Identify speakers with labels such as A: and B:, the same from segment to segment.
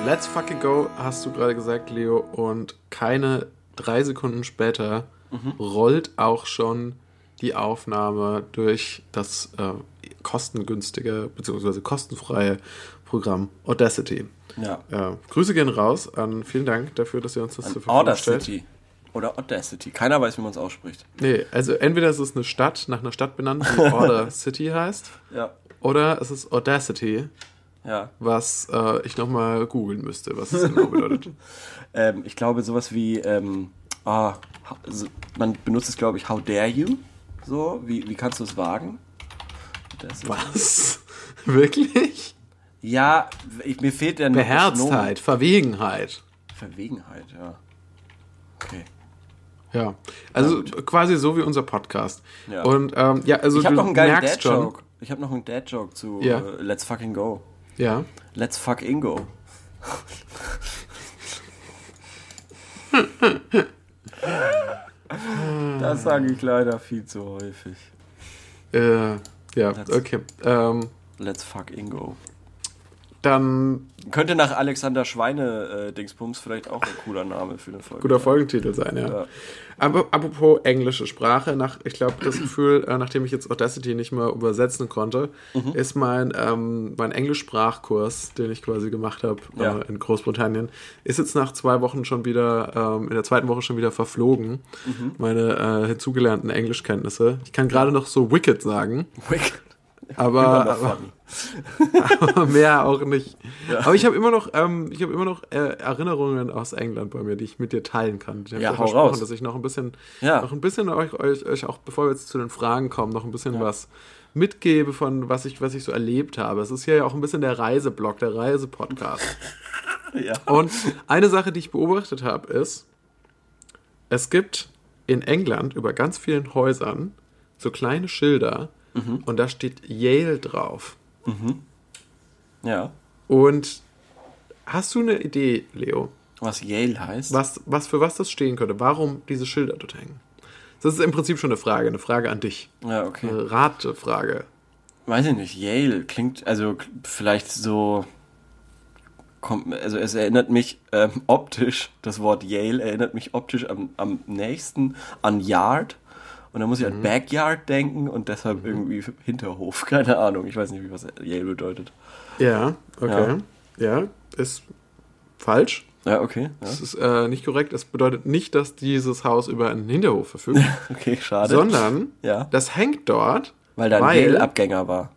A: Let's fucking go, hast du gerade gesagt, Leo. Und keine 3 Sekunden später rollt auch schon die Aufnahme durch das kostengünstige bzw. kostenfreie Programm Audacity.
B: Ja.
A: Grüße gehen raus an, vielen Dank dafür, dass ihr uns das zur Verfügung stellt.
B: Audacity. Oder Audacity. Keiner weiß, wie man es ausspricht.
A: Nee, also entweder ist es eine Stadt, nach einer Stadt benannt, die Audacity heißt.
B: Ja.
A: Oder es ist Audacity.
B: Ja.
A: Was ich nochmal googeln müsste, was es genau bedeutet.
B: Ich glaube, sowas wie, man benutzt es, glaube ich, how dare you? So, wie kannst du es wagen?
A: Was? Wirklich?
B: Ja, mir fehlt der
A: Beherztheit, Verwegenheit.
B: Verwegenheit, ja. Okay.
A: Ja, also quasi so wie unser Podcast.
B: Ja.
A: Und also
B: ich habe noch einen geilen
A: merkst schon.
B: Dad-Joke. Ich habe noch einen Dad-Joke zu
A: Ja.
B: Let's fucking go.
A: Ja.
B: Let's fucking go. Das sage ich leider viel zu häufig.
A: Okay.
B: Let's fucking go.
A: Dann
B: Könnte nach Alexander Schweine Dingsbums vielleicht auch ein cooler Name für eine Folge.
A: guter Folgentitel sein, ja. Aber apropos englische Sprache, ich glaube, das Gefühl, nachdem ich jetzt Audacity nicht mehr übersetzen konnte, ist mein Englischsprachkurs, den ich quasi gemacht habe in Großbritannien, ist jetzt nach 2 Wochen schon wieder, in der 2. Woche schon wieder verflogen. Meine hinzugelernten Englischkenntnisse. Ich kann gerade noch so Wicked sagen. Aber mehr auch nicht. Ja. Aber ich habe immer noch, Erinnerungen aus England bei mir, die ich mit dir teilen kann. Ich habe ja versprochen, raus. Dass ich noch ein bisschen euch auch, bevor wir jetzt zu den Fragen kommen, noch ein bisschen was mitgebe von was ich so erlebt habe. Es ist hier ja auch ein bisschen der Reiseblog, der Reisepodcast. Ja. Und eine Sache, die ich beobachtet habe, ist, es gibt in England über ganz vielen Häusern so kleine Schilder, und da steht Yale drauf.
B: Ja.
A: Und hast du eine Idee, Leo?
B: Was Yale heißt?
A: Für was das stehen könnte? Warum diese Schilder dort hängen? Das ist im Prinzip schon eine Frage an dich.
B: Ja, okay.
A: Eine Ratefrage.
B: Weiß ich nicht. Yale klingt, also vielleicht so... Also es erinnert mich optisch, das Wort Yale erinnert mich optisch am nächsten an Yard. Und dann muss ich an Backyard denken und deshalb irgendwie Hinterhof. Keine Ahnung, ich weiß nicht, was Yale bedeutet.
A: Ja, okay. Ja, ist falsch.
B: Ja, okay. Ja.
A: Das ist nicht korrekt. Es bedeutet nicht, dass dieses Haus über einen Hinterhof verfügt.
B: Okay, schade.
A: Sondern das hängt dort,
B: weil da ein Yale-Abgänger war.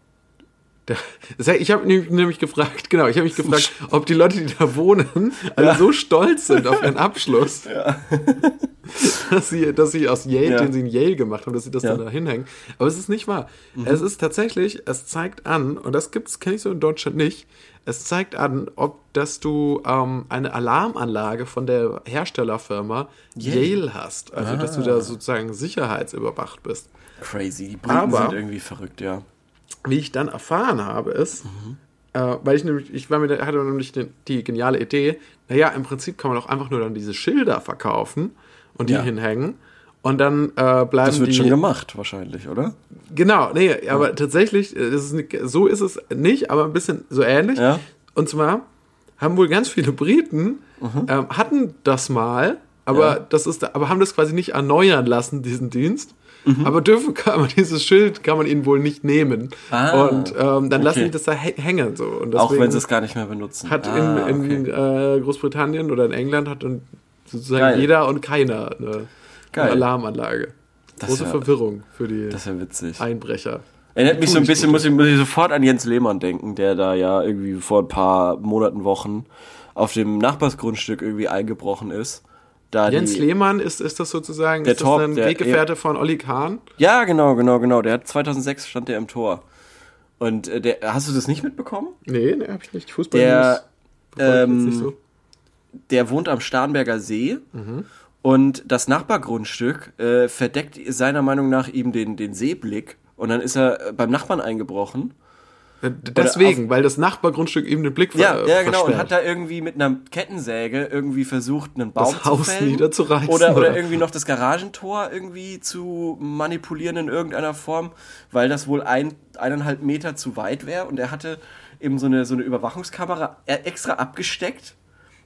A: Ich habe nämlich gefragt, ob die Leute, die da wohnen, alle so stolz sind auf ihren Abschluss, dass sie aus Yale, den sie in Yale gemacht haben, dass sie das dann da hinhängen. Aber es ist nicht wahr. Es ist tatsächlich, es zeigt an, und das kenne ich so in Deutschland nicht, es zeigt an, dass du eine Alarmanlage von der Herstellerfirma Yale hast. Also, dass du da sozusagen sicherheitsüberwacht bist.
B: Crazy, die Briten sind irgendwie verrückt, ja.
A: Wie ich dann erfahren habe, ist, weil hatte nämlich die geniale Idee, im Prinzip kann man doch einfach nur dann diese Schilder verkaufen und die hinhängen und dann bleiben die...
B: Das wird schon gemacht, wahrscheinlich, oder?
A: Genau, aber tatsächlich, so ist es nicht, aber ein bisschen so ähnlich. Ja. Und zwar haben wohl ganz viele Briten, hatten das mal, aber haben das quasi nicht erneuern lassen, diesen Dienst. Aber dieses Schild kann man ihnen wohl nicht nehmen. Und dann lassen die das da hängen. So. Und
B: auch wenn sie es gar nicht mehr benutzen.
A: Hat in Großbritannien oder in England hat dann sozusagen jeder und keiner eine Alarmanlage. Große Verwirrung für die Einbrecher.
B: Erinnert mich so ein bisschen, muss ich sofort an Jens Lehmann denken, der da ja irgendwie vor ein paar Monaten, Wochen auf dem Nachbarsgrundstück irgendwie eingebrochen ist.
A: Jens Lehmann, ist das sozusagen ein Weggefährte von Olli Kahn?
B: Ja, genau. Der hat 2006 stand der im Tor. Und hast du das nicht mitbekommen?
A: Nee, hab ich nicht. Fußball
B: nicht so. Der wohnt am Starnberger See und das Nachbargrundstück verdeckt seiner Meinung nach ihm den Seeblick und dann ist er beim Nachbarn eingebrochen.
A: Deswegen, weil das Nachbargrundstück eben den Blick
B: versperrt. Ja, genau, und hat da irgendwie mit einer Kettensäge irgendwie versucht, einen Baum
A: zu fällen. Niederzureißen.
B: Oder irgendwie noch das Garagentor irgendwie zu manipulieren in irgendeiner Form, weil das wohl 1,5 Meter zu weit wäre und er hatte eben so eine Überwachungskamera extra abgesteckt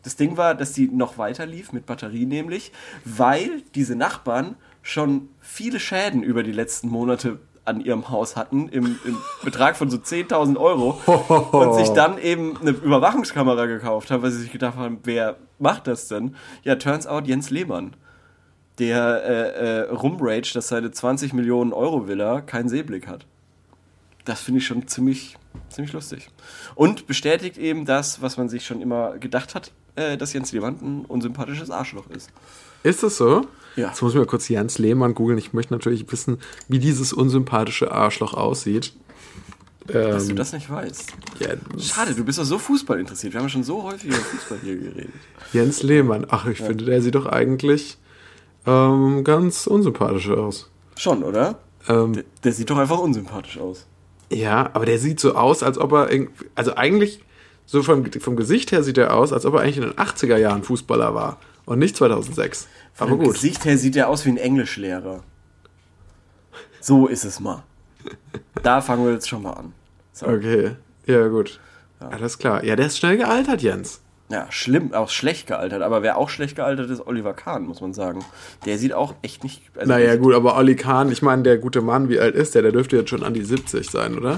B: Das Ding war, dass die noch weiter lief, mit Batterie nämlich, weil diese Nachbarn schon viele Schäden über die letzten Monate an ihrem Haus hatten, im Betrag von so 10.000 Euro und sich dann eben eine Überwachungskamera gekauft haben, weil sie sich gedacht haben, wer macht das denn? Ja, turns out Jens Lehmann, der rumrage, dass seine 20 Millionen Euro Villa keinen Seeblick hat. Das finde ich schon ziemlich lustig. Und bestätigt eben das, was man sich schon immer gedacht hat, dass Jens Lehmann ein unsympathisches Arschloch ist.
A: Ist das so?
B: Ja.
A: Jetzt muss ich mal kurz Jens Lehmann googeln. Ich möchte natürlich wissen, wie dieses unsympathische Arschloch aussieht.
B: Dass du das nicht weißt.
A: Ja,
B: schade, du bist doch so Fußball interessiert. Wir haben ja schon so häufig über Fußball hier geredet.
A: Jens Lehmann. Ach, ich finde, der sieht doch eigentlich ganz unsympathisch aus.
B: Schon, oder? Der sieht doch einfach unsympathisch aus.
A: Ja, aber der sieht so aus, als ob er... Also eigentlich, so vom Gesicht her sieht er aus, als ob er eigentlich in den 80er Jahren Fußballer war. Und nicht 2006.
B: Aber gut. Vom Gesicht her sieht er aus wie ein Englischlehrer. So ist es mal. Da fangen wir jetzt schon mal an. So.
A: Okay, ja gut. Ja. Alles klar. Ja, der ist schnell gealtert, Jens.
B: Ja, schlimm, auch schlecht gealtert. Aber wer auch schlecht gealtert ist, Oliver Kahn, muss man sagen. Der sieht auch echt nicht... Also
A: naja gut, aber Olli Kahn, ich meine, der gute Mann, wie alt ist der? Der dürfte jetzt schon an die 70 sein, oder?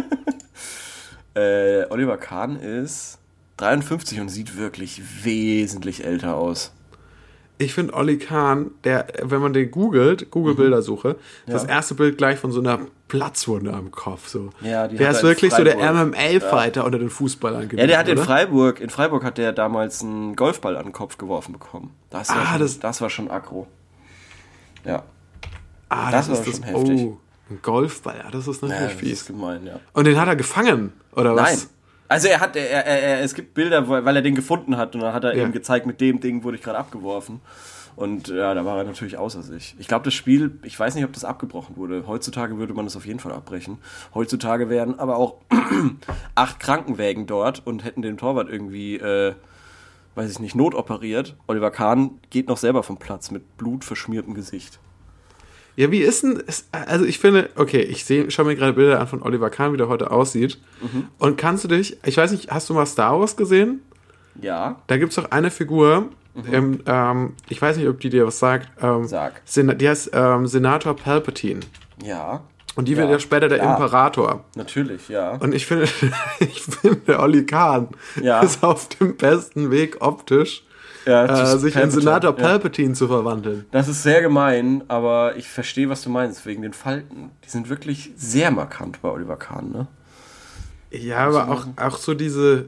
B: Oliver Kahn ist 53 und sieht wirklich wesentlich älter aus.
A: Ich finde Olli Kahn, der, wenn man den googelt, Google-Bildersuche, das erste Bild gleich von so einer Platzwunde am Kopf. So.
B: Ja,
A: der ist wirklich so der MMA-Fighter unter den Fußballern gewesen.
B: Ja, der hat in Freiburg hat der damals einen Golfball an den Kopf geworfen bekommen. Das war schon aggro. Ja.
A: Das war schon heftig. Oh, ein Golfball, ja, das ist natürlich fies.
B: Das ist gemein, ja.
A: Und den hat er gefangen, oder was?
B: Nein. Also es gibt Bilder, weil er den gefunden hat und dann hat er eben gezeigt, mit dem Ding wurde ich gerade abgeworfen. Und ja, da war er natürlich außer sich. Ich glaube, das Spiel, ich weiß nicht, ob das abgebrochen wurde. Heutzutage würde man das auf jeden Fall abbrechen. Heutzutage wären aber auch 8 Krankenwägen dort und hätten den Torwart irgendwie, weiß ich nicht, notoperiert. Oliver Kahn geht noch selber vom Platz mit blutverschmiertem Gesicht.
A: Ja, wie ist denn, also ich finde, okay, ich schaue mir gerade Bilder an von Oliver Kahn, wie der heute aussieht. Mhm. Und kannst du dich, ich weiß nicht, hast du mal Star Wars gesehen?
B: Ja.
A: Da gibt es doch eine Figur, ich weiß nicht, ob die dir was sagt.
B: Sag.
A: Die heißt Senator Palpatine.
B: Ja.
A: Und die wird ja später der Imperator.
B: Natürlich, ja.
A: Und ich finde, der Olli Kahn ist auf dem besten Weg optisch, sich in Senator Palpatine zu verwandeln.
B: Das ist sehr gemein, aber ich verstehe, was du meinst, wegen den Falten. Die sind wirklich sehr markant bei Oliver Kahn, ne?
A: Ja, aber auch so diese...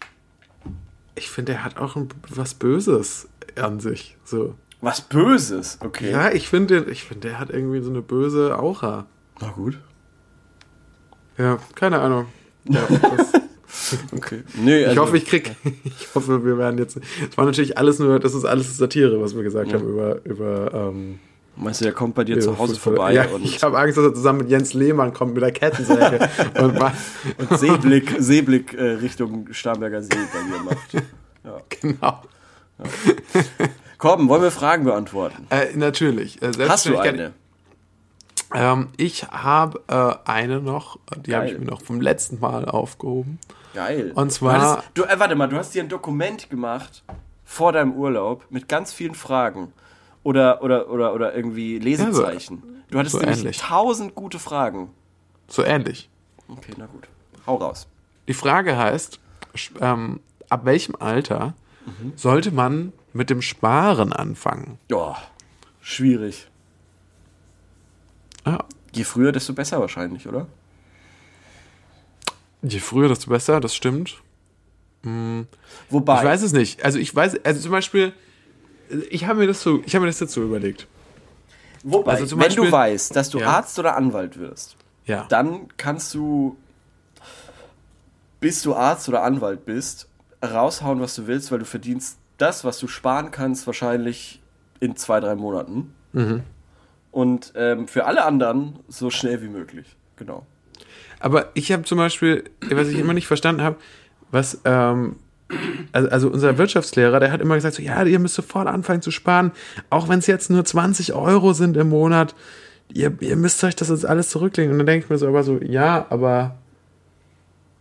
A: Ich finde, er hat auch was Böses an sich. So.
B: Was Böses? Okay.
A: Ja, ich finde, der hat irgendwie so eine böse Aura.
B: Na gut.
A: Ja, keine Ahnung. Ja,
B: okay. Nee,
A: also, ich hoffe, wir werden jetzt... Es war natürlich das ist alles Satire, was wir gesagt haben über
B: meinst du, der kommt bei dir zu Hause vorbei?
A: Ja, und ich habe Angst, dass er zusammen mit Jens Lehmann kommt mit der Kettensäge
B: und Seeblick Richtung Starnberger See bei mir macht. Ja.
A: Genau.
B: Ja. Korben, wollen wir Fragen beantworten?
A: Natürlich.
B: Hast du eine?
A: Ich habe eine noch, die habe ich mir noch vom letzten Mal aufgehoben.
B: Geil.
A: Und zwar...
B: warte mal, du hast dir ein Dokument gemacht vor deinem Urlaub mit ganz vielen Fragen. Oder irgendwie Lesezeichen. Ja, du hattest nämlich ähnlich. 1000 gute Fragen.
A: So ähnlich.
B: Okay, na gut. Hau raus.
A: Die Frage heißt, ab welchem Alter sollte man mit dem Sparen anfangen?
B: Ja, schwierig.
A: Ja.
B: Je früher, desto besser wahrscheinlich, oder?
A: Je früher, desto besser, das stimmt.
B: Wobei...
A: Ich weiß es nicht. Also zum Beispiel... Ich habe mir das jetzt so überlegt.
B: Wobei, also wenn du weißt, dass du Arzt oder Anwalt wirst, dann kannst du, bis du Arzt oder Anwalt bist, raushauen, was du willst, weil du verdienst das, was du sparen kannst, wahrscheinlich in 2-3 Monaten. Mhm. Und für alle anderen so schnell wie möglich. Genau.
A: Aber ich habe zum Beispiel, was ich immer nicht verstanden habe, was... Also unser Wirtschaftslehrer, der hat immer gesagt, so, ja, ihr müsst sofort anfangen zu sparen, auch wenn es jetzt nur 20 Euro sind im Monat, ihr müsst euch das jetzt alles zurücklegen. Und dann denke ich mir so, aber so, ja, aber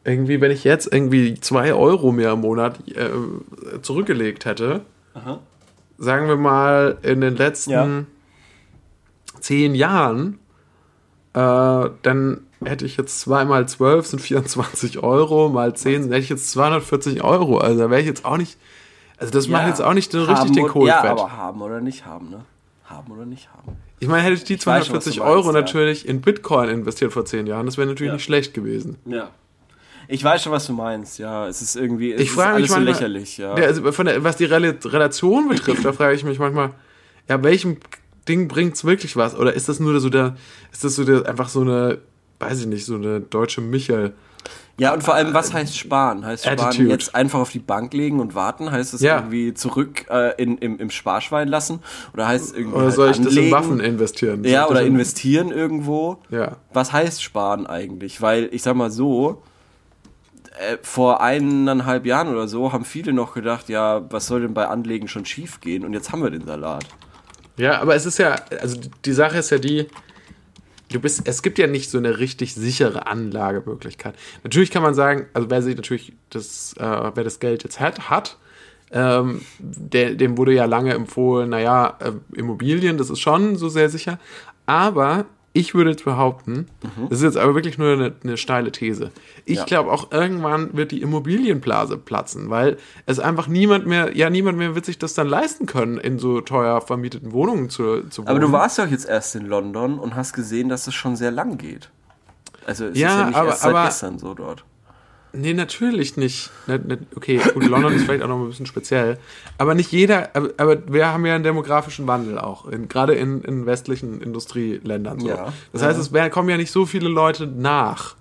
A: irgendwie, wenn ich jetzt irgendwie 2 Euro mehr im Monat zurückgelegt hätte, sagen wir mal in den letzten 10 Jahren, dann hätte ich jetzt 2 mal 12 sind 24 Euro, mal 10 hätte ich jetzt 240 Euro. Also da wäre ich jetzt auch nicht, also das macht jetzt auch nicht so richtig den Kohl fett.
B: Ja, aber haben oder nicht haben, ne? Haben oder nicht haben.
A: Ich meine, hätte ich die 240 Euro natürlich in Bitcoin investiert vor 10 Jahren, das wäre natürlich nicht schlecht gewesen.
B: Ja. Ich weiß schon, was du meinst, ja. Es ist irgendwie,
A: ich frage mich
B: alles
A: manchmal,
B: so lächerlich, ja.
A: Also was die Relation betrifft, da frage ich mich manchmal, ja, welchem Ding bringt's wirklich was? Oder ist das nur einfach so eine, weiß ich nicht, so eine deutsche Michel?
B: Ja, und vor allem, was heißt sparen? Heißt sparen
A: Attitude.
B: jetzt einfach auf die Bank legen und warten? Heißt es irgendwie zurück im Sparschwein lassen? Oder heißt es irgendwie
A: oder soll ich das in Waffen investieren?
B: Ja, oder investieren irgendwo?
A: Ja.
B: Was heißt sparen eigentlich? Weil, ich sag mal so, vor 1,5 Jahren oder so haben viele noch gedacht, ja, was soll denn bei Anlegen schon schief gehen? Und jetzt haben wir den Salat.
A: Ja, aber es ist ja, also die Sache ist ja die, es gibt ja nicht so eine richtig sichere Anlagemöglichkeit. Natürlich kann man sagen, also wer das Geld jetzt hat, dem wurde ja lange empfohlen, Immobilien, das ist schon so sehr sicher, aber ich würde jetzt behaupten, das ist jetzt aber wirklich nur eine steile These. Ich glaube auch irgendwann wird die Immobilienblase platzen, weil es einfach niemand mehr wird sich das dann leisten können, in so teuer vermieteten Wohnungen zu wohnen.
B: Aber du warst doch jetzt erst in London und hast gesehen, dass es schon sehr lang geht. Also es ist ja nicht erst seit gestern so dort.
A: Nee, natürlich nicht. Okay, gut, London ist vielleicht auch noch ein bisschen speziell. Aber nicht jeder, aber wir haben ja einen demografischen Wandel auch, gerade in westlichen Industrieländern. So.
B: Ja.
A: Das heißt, es kommen ja nicht so viele Leute nach.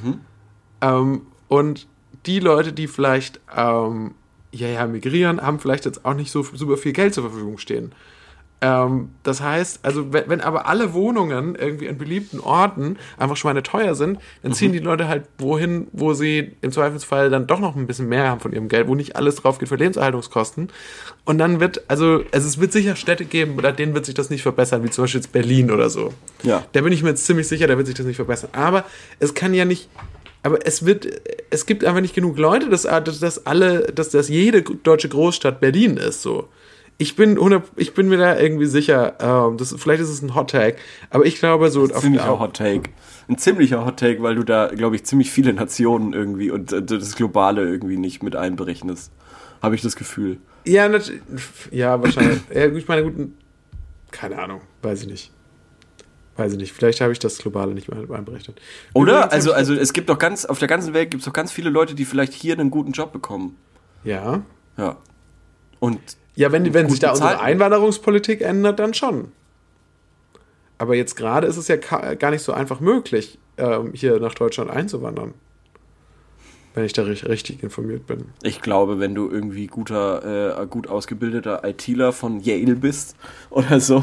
A: Und die Leute, die vielleicht migrieren, haben vielleicht jetzt auch nicht so super viel Geld zur Verfügung stehen. Das heißt, also wenn aber alle Wohnungen irgendwie in beliebten Orten einfach schweineteuer sind, dann ziehen die Leute halt wohin, wo sie im Zweifelsfall dann doch noch ein bisschen mehr haben von ihrem Geld, wo nicht alles drauf geht für Lebenserhaltungskosten. Und dann es wird sicher Städte geben, bei denen wird sich das nicht verbessern, wie zum Beispiel jetzt Berlin oder so.
B: Ja.
A: Da bin ich mir jetzt ziemlich sicher, da wird sich das nicht verbessern. Aber es kann ja nicht, es gibt einfach nicht genug Leute, dass jede deutsche Großstadt Berlin ist, so. Ich bin mir da irgendwie sicher, vielleicht ist es ein Hot Take, aber ich glaube so...
B: Ein ziemlicher Hot Take, weil du da, glaube ich, ziemlich viele Nationen irgendwie und das Globale irgendwie nicht mit einberechnest. Habe ich das Gefühl.
A: Ja, wahrscheinlich. Ja, ich meine, gut, keine Ahnung, weiß ich nicht. Vielleicht habe ich das Globale nicht mehr einberechnet.
B: Oder? Also es gibt doch auf der ganzen Welt gibt es doch ganz viele Leute, die vielleicht hier einen guten Job bekommen.
A: Ja.
B: Ja. Und
A: ja, wenn sich da unsere Einwanderungspolitik ändert, dann schon. Aber jetzt gerade ist es ja gar nicht so einfach möglich, hier nach Deutschland einzuwandern. Wenn ich da richtig informiert bin.
B: Ich glaube, wenn du irgendwie gut ausgebildeter ITler von Yale bist oder so,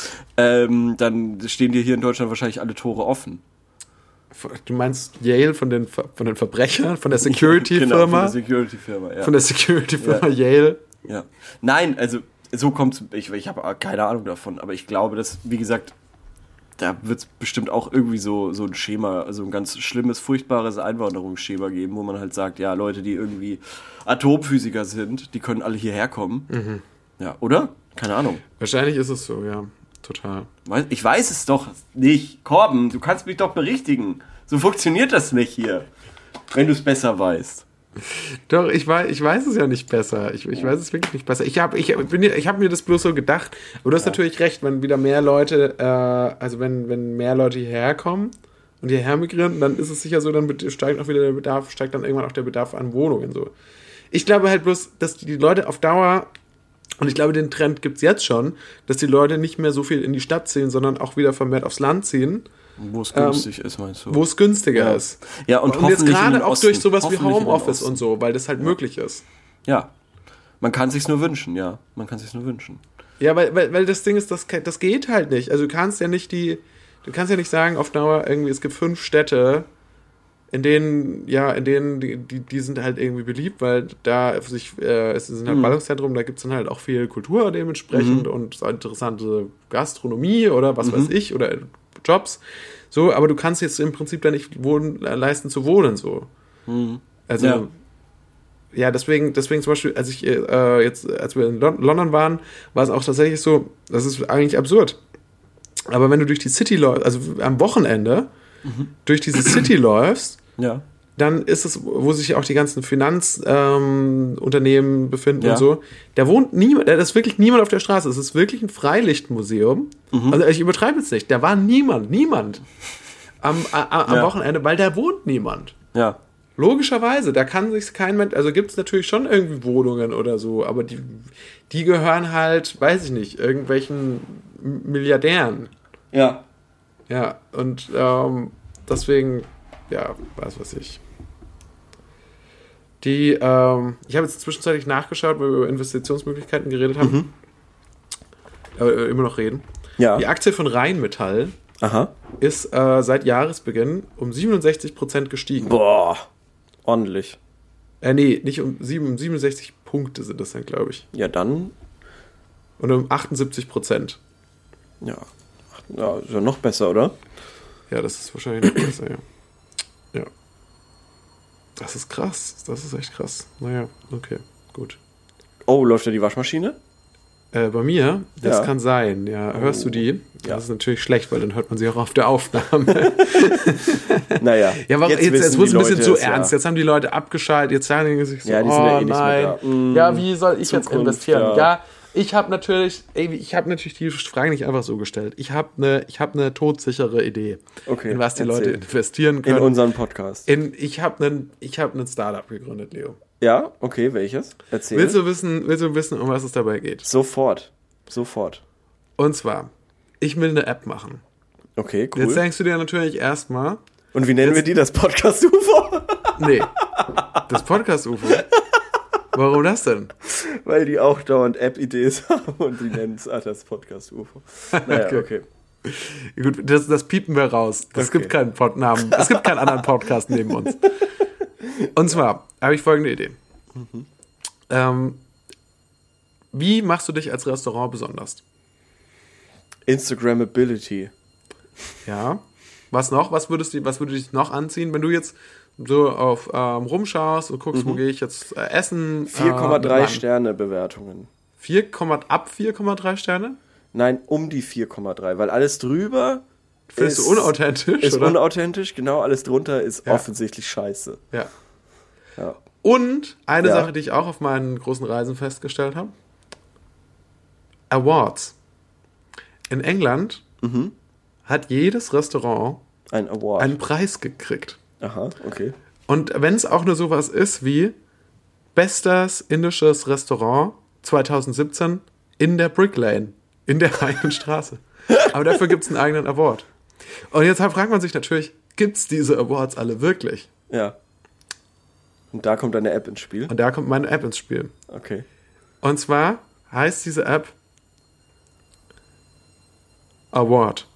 B: dann stehen dir hier in Deutschland wahrscheinlich alle Tore offen.
A: Du meinst Yale von den Verbrechern, von der Security-Firma?
B: Genau, von der Security-Firma, ja.
A: Von der Security-Firma Yale.
B: Ja. Nein, also so kommt's. Ich habe keine Ahnung davon, aber ich glaube, dass, wie gesagt, da wird es bestimmt auch irgendwie so ein Schema, so ein ganz schlimmes, furchtbares Einwanderungsschema geben, wo man halt sagt, ja, Leute, die irgendwie Atomphysiker sind, die können alle hierher kommen. Ja, oder? Keine Ahnung.
A: Wahrscheinlich ist es so, ja. Total.
B: Ich weiß es doch nicht. Korben, du kannst mich doch berichtigen. So funktioniert das nicht hier. Wenn du es besser weißt.
A: Doch, ich weiß es ja nicht besser. Ich weiß es wirklich nicht besser. Ich hab mir das bloß so gedacht. Aber du hast natürlich recht, wenn wieder mehr Leute, wenn mehr Leute hierher kommen und hierher migrieren, dann ist es sicher so, dann steigt dann irgendwann auch der Bedarf an Wohnungen. So. Ich glaube halt bloß, dass die Leute auf Dauer, und ich glaube, den Trend gibt es jetzt schon, dass die Leute nicht mehr so viel in die Stadt ziehen, sondern auch wieder vermehrt aufs Land ziehen.
B: Wo es günstig ist, meinst du?
A: Wo es günstiger ist.
B: Ja, und
A: jetzt gerade auch durch sowas wie Homeoffice und so, weil das halt möglich ist.
B: Ja. Man kann sich's nur wünschen, ja.
A: Ja, weil das Ding ist, das geht halt nicht. Also du kannst ja nicht sagen auf Dauer irgendwie, es gibt 5 Städte, in denen die sind halt irgendwie beliebt, weil es ist halt Ballungszentrum, da gibt es dann halt auch viel Kultur dementsprechend und interessante Gastronomie oder was weiß ich oder Jobs, so, aber du kannst jetzt im Prinzip da nicht leisten zu wohnen, so. Also, ja, deswegen zum Beispiel, als wir in London waren, war es auch tatsächlich so, das ist eigentlich absurd. Aber wenn du durch die City läufst, also am Wochenende durch diese City läufst, dann ist es, wo sich auch die ganzen Finanzunternehmen befinden und so, da wohnt niemand, da ist wirklich niemand auf der Straße. Es ist wirklich ein Freilichtmuseum. Also ich übertreibe jetzt nicht, da war niemand am Wochenende, weil da wohnt niemand.
B: Ja.
A: Logischerweise, da kann sich kein Mensch, also gibt es natürlich schon irgendwie Wohnungen oder so, aber die gehören halt, weiß ich nicht, irgendwelchen Milliardären.
B: Ja.
A: Ja, und deswegen, ja, weiß ich. Ich habe jetzt zwischenzeitlich nachgeschaut, weil wir über Investitionsmöglichkeiten geredet haben. Immer noch reden.
B: Ja.
A: Die Aktie von Rheinmetall ist seit Jahresbeginn um 67% gestiegen.
B: Boah, ordentlich.
A: Nee, nicht um 67 Punkte sind das dann, glaube ich.
B: Ja, dann.
A: Und um 78%.
B: Ja, ist ja noch besser, oder?
A: Ja, das ist wahrscheinlich noch besser, ja. Das ist krass. Das ist echt krass. Naja, okay, gut.
B: Oh, läuft da die Waschmaschine?
A: Bei mir? Das kann sein, ja. Hörst du die? Ja. Das ist natürlich schlecht, weil dann hört man sie auch auf der Aufnahme.
B: Naja.
A: Ja, aber jetzt wird es ein bisschen zu ernst. Ja. Jetzt haben die Leute abgeschaltet, jetzt sagen die sich so,
B: die sind ja eh nicht mehr da.
A: Ja, wie soll ich jetzt investieren? Ja, ich habe natürlich die Frage nicht einfach so gestellt. Ich habe eine todsichere Idee, in was die Leute investieren können.
B: In unseren Podcast.
A: Ich habe einen Startup gegründet, Leo.
B: Ja, okay, welches? Erzähl.
A: Willst du wissen, um was es dabei geht?
B: Sofort.
A: Und zwar, ich will eine App machen.
B: Okay, cool.
A: Jetzt denkst du dir natürlich erstmal...
B: Und wie nennen wir die? Das Podcast-UFO?
A: Nee, das Podcast-UFO. Warum das denn?
B: Weil die auch dauernd App-Ideen haben und die nennen es das Podcast-UFO. Naja, okay.
A: Gut, das piepen wir raus. Es gibt keinen Namen. Es gibt keinen anderen Podcast neben uns. Und zwar habe ich folgende Idee. Wie machst du dich als Restaurant besonders?
B: Instagrammability.
A: Ja. Was noch? Was würde dich noch anziehen, wenn du jetzt so auf rumschaust und guckst, wo gehe ich jetzt essen?
B: 4,3 Sterne Bewertungen.
A: Ab 4,3 Sterne?
B: Nein, um die 4,3, weil alles drüber
A: findest du unauthentisch,
B: ist
A: oder?
B: Unauthentisch, genau, alles drunter ist offensichtlich scheiße.
A: Ja. Und eine Sache, die ich auch auf meinen großen Reisen festgestellt habe. Awards. In England hat jedes Restaurant einen Preis gekriegt.
B: Aha, okay.
A: Und wenn es auch nur sowas ist wie bestes indisches Restaurant 2017 in der Brick Lane, in der eigenen Straße. Aber dafür gibt es einen eigenen Award. Und jetzt fragt man sich natürlich, gibt es diese Awards alle wirklich?
B: Ja. Und da kommt deine App ins Spiel?
A: Und da kommt meine App ins Spiel.
B: Okay.
A: Und zwar heißt diese App Award.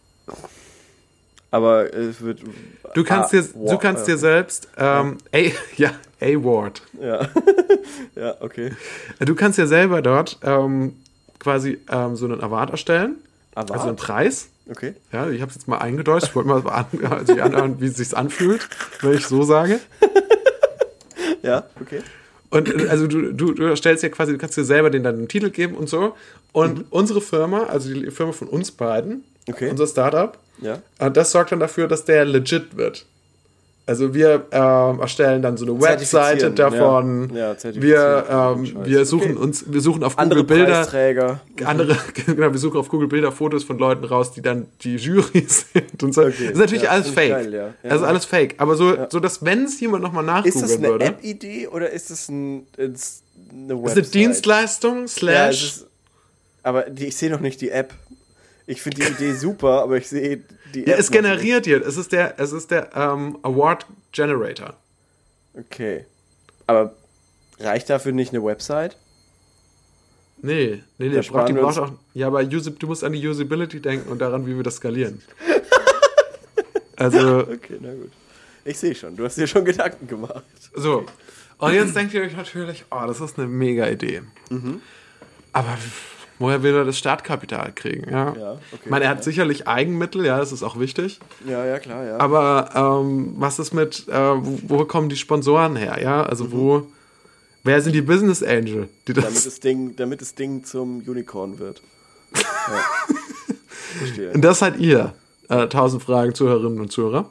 B: Aber es wird...
A: Du kannst dir selbst... Award.
B: Ja. Ja, okay.
A: Du kannst dir selber dort quasi so einen Award erstellen.
B: Award?
A: Also einen Preis.
B: Okay.
A: Ja, ich habe es jetzt mal eingedeutscht. Ich wollte mal anhören, wie es sich anfühlt, wenn ich so sage.
B: Ja, okay.
A: Und also du erstellst ja quasi, du kannst dir selber dann einen Titel geben und so. Und unsere Firma, also die Firma von uns beiden, unser Startup, das sorgt dann dafür, dass der legit wird. Also wir erstellen dann so eine Webseite davon. Ja, wir suchen auf Google Bilder. Wir suchen auf Google Bilder Fotos von Leuten raus, die dann die Jury sind und so. Okay. Das ist natürlich alles fake. Geil, Also alles fake. Aber so, dass wenn es jemand nochmal nachgoogeln würde.
B: Ist das eine App-Idee oder ist das eine Website?
A: Ist eine Dienstleistung /
B: aber ich sehe noch nicht die App. Ich finde die Idee super, aber ich sehe die App.
A: Ja, es generiert hier. Es ist der Award Generator.
B: Okay. Aber reicht dafür nicht eine Website?
A: Nee. Braucht auch. Ja, aber du musst an die Usability denken und daran, wie wir das skalieren. Also.
B: Okay, na gut. Ich sehe schon, du hast dir schon Gedanken gemacht.
A: So. Und jetzt denkt ihr euch natürlich, das ist eine mega Idee. Aber Woher will er das Startkapital kriegen? Ja.
B: okay.
A: Ich meine, er hat sicherlich Eigenmittel, ja, das ist auch wichtig.
B: Ja, klar, ja.
A: Aber was ist mit, wo kommen die Sponsoren her? Ja, also wer sind die Business Angel, die das...
B: Damit das Ding zum Unicorn wird. Ja. Verstehe.
A: Und das seid ihr, 1000 Fragen, Zuhörerinnen und Zuhörer.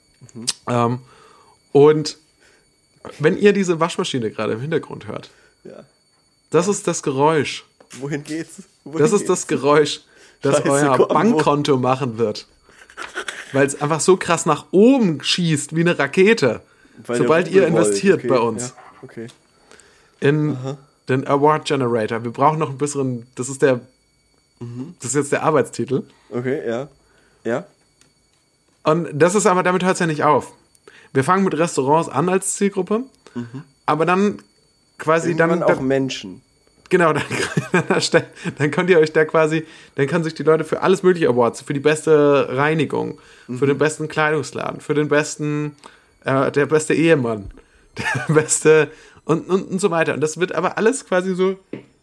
A: Und wenn ihr diese Waschmaschine gerade im Hintergrund hört, das ist das Geräusch.
B: Wohin geht's?
A: Das ist das Geräusch, das euer Bankkonto machen wird. Weil es einfach so krass nach oben schießt wie eine Rakete, sobald ihr investiert bei uns.
B: Ja, okay.
A: In den Award Generator. Wir brauchen noch ein bisschen, das ist jetzt der Arbeitstitel.
B: Okay, ja.
A: Und das ist aber, damit hört es ja nicht auf. Wir fangen mit Restaurants an als Zielgruppe, aber dann quasi
B: irgendwann auch Menschen.
A: Genau, dann könnt ihr euch da quasi, dann können sich die Leute für alles mögliche Awards, für die beste Reinigung, für den besten Kleidungsladen, für den besten, der beste Ehemann, der beste und so weiter. Und das wird aber alles quasi so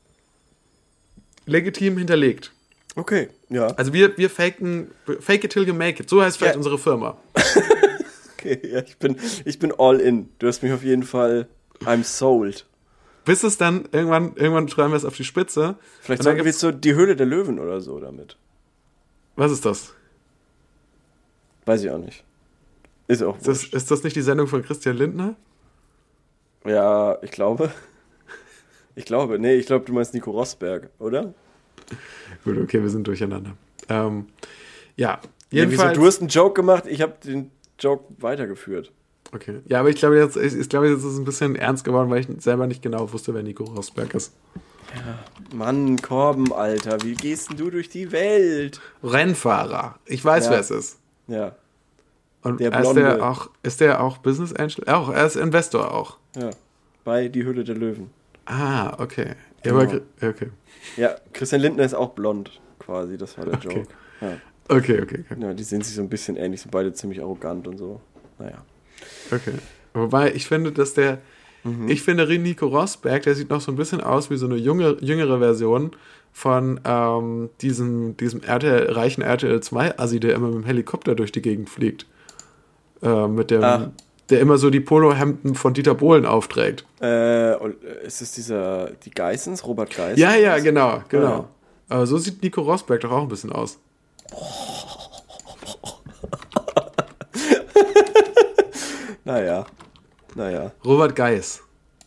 A: legitim hinterlegt.
B: Okay, ja.
A: Also wir fake it till you make it. So heißt vielleicht unsere Firma.
B: Okay, ja, ich bin all in. Du hast mich auf jeden Fall, I'm sold.
A: Bis es dann, irgendwann treiben wir es auf die Spitze.
B: Vielleicht sagen wir jetzt so die Höhle der Löwen oder so damit.
A: Was ist das?
B: Weiß ich auch nicht. Ist auch wurscht.
A: Ist das nicht die Sendung von Christian Lindner?
B: Ja, ich glaube. Ich glaube, du meinst Nico Rosberg, oder?
A: Gut, okay, wir sind durcheinander. Jedenfalls.
B: Wieso? Du hast einen Joke gemacht, ich habe den Joke weitergeführt.
A: Okay. Ja, aber ich glaube, jetzt ist es ein bisschen ernst geworden, weil ich selber nicht genau wusste, wer Nico Rosberg ist.
B: Ja, Mann, Korben, Alter, wie gehst denn du durch die Welt?
A: Rennfahrer. Ich weiß, wer es ist.
B: Ja.
A: Und
B: der Blonde.
A: Ist der auch Business Angel? Auch, er ist Investor auch.
B: Ja, bei Die Höhle der Löwen.
A: Ah, okay. Ja,
B: Genau.
A: okay.
B: Ja, Christian Lindner ist auch blond, quasi, das war der Joke. Ja.
A: Okay.
B: Ja, die sehen sich so ein bisschen ähnlich, sind beide ziemlich arrogant und so. Naja.
A: Okay. Wobei, ich finde, dass Nico Rosberg, der sieht noch so ein bisschen aus wie so eine jüngere Version von diesem reichen RTL 2-Assi, der immer mit dem Helikopter durch die Gegend fliegt. Der immer so die Polohemden von Dieter Bohlen aufträgt.
B: Ist es die Geissens, Robert Geiss?
A: Ja, genau. Ja. Aber so sieht Nico Rosberg doch auch ein bisschen aus.
B: Naja.
A: Robert Geiss.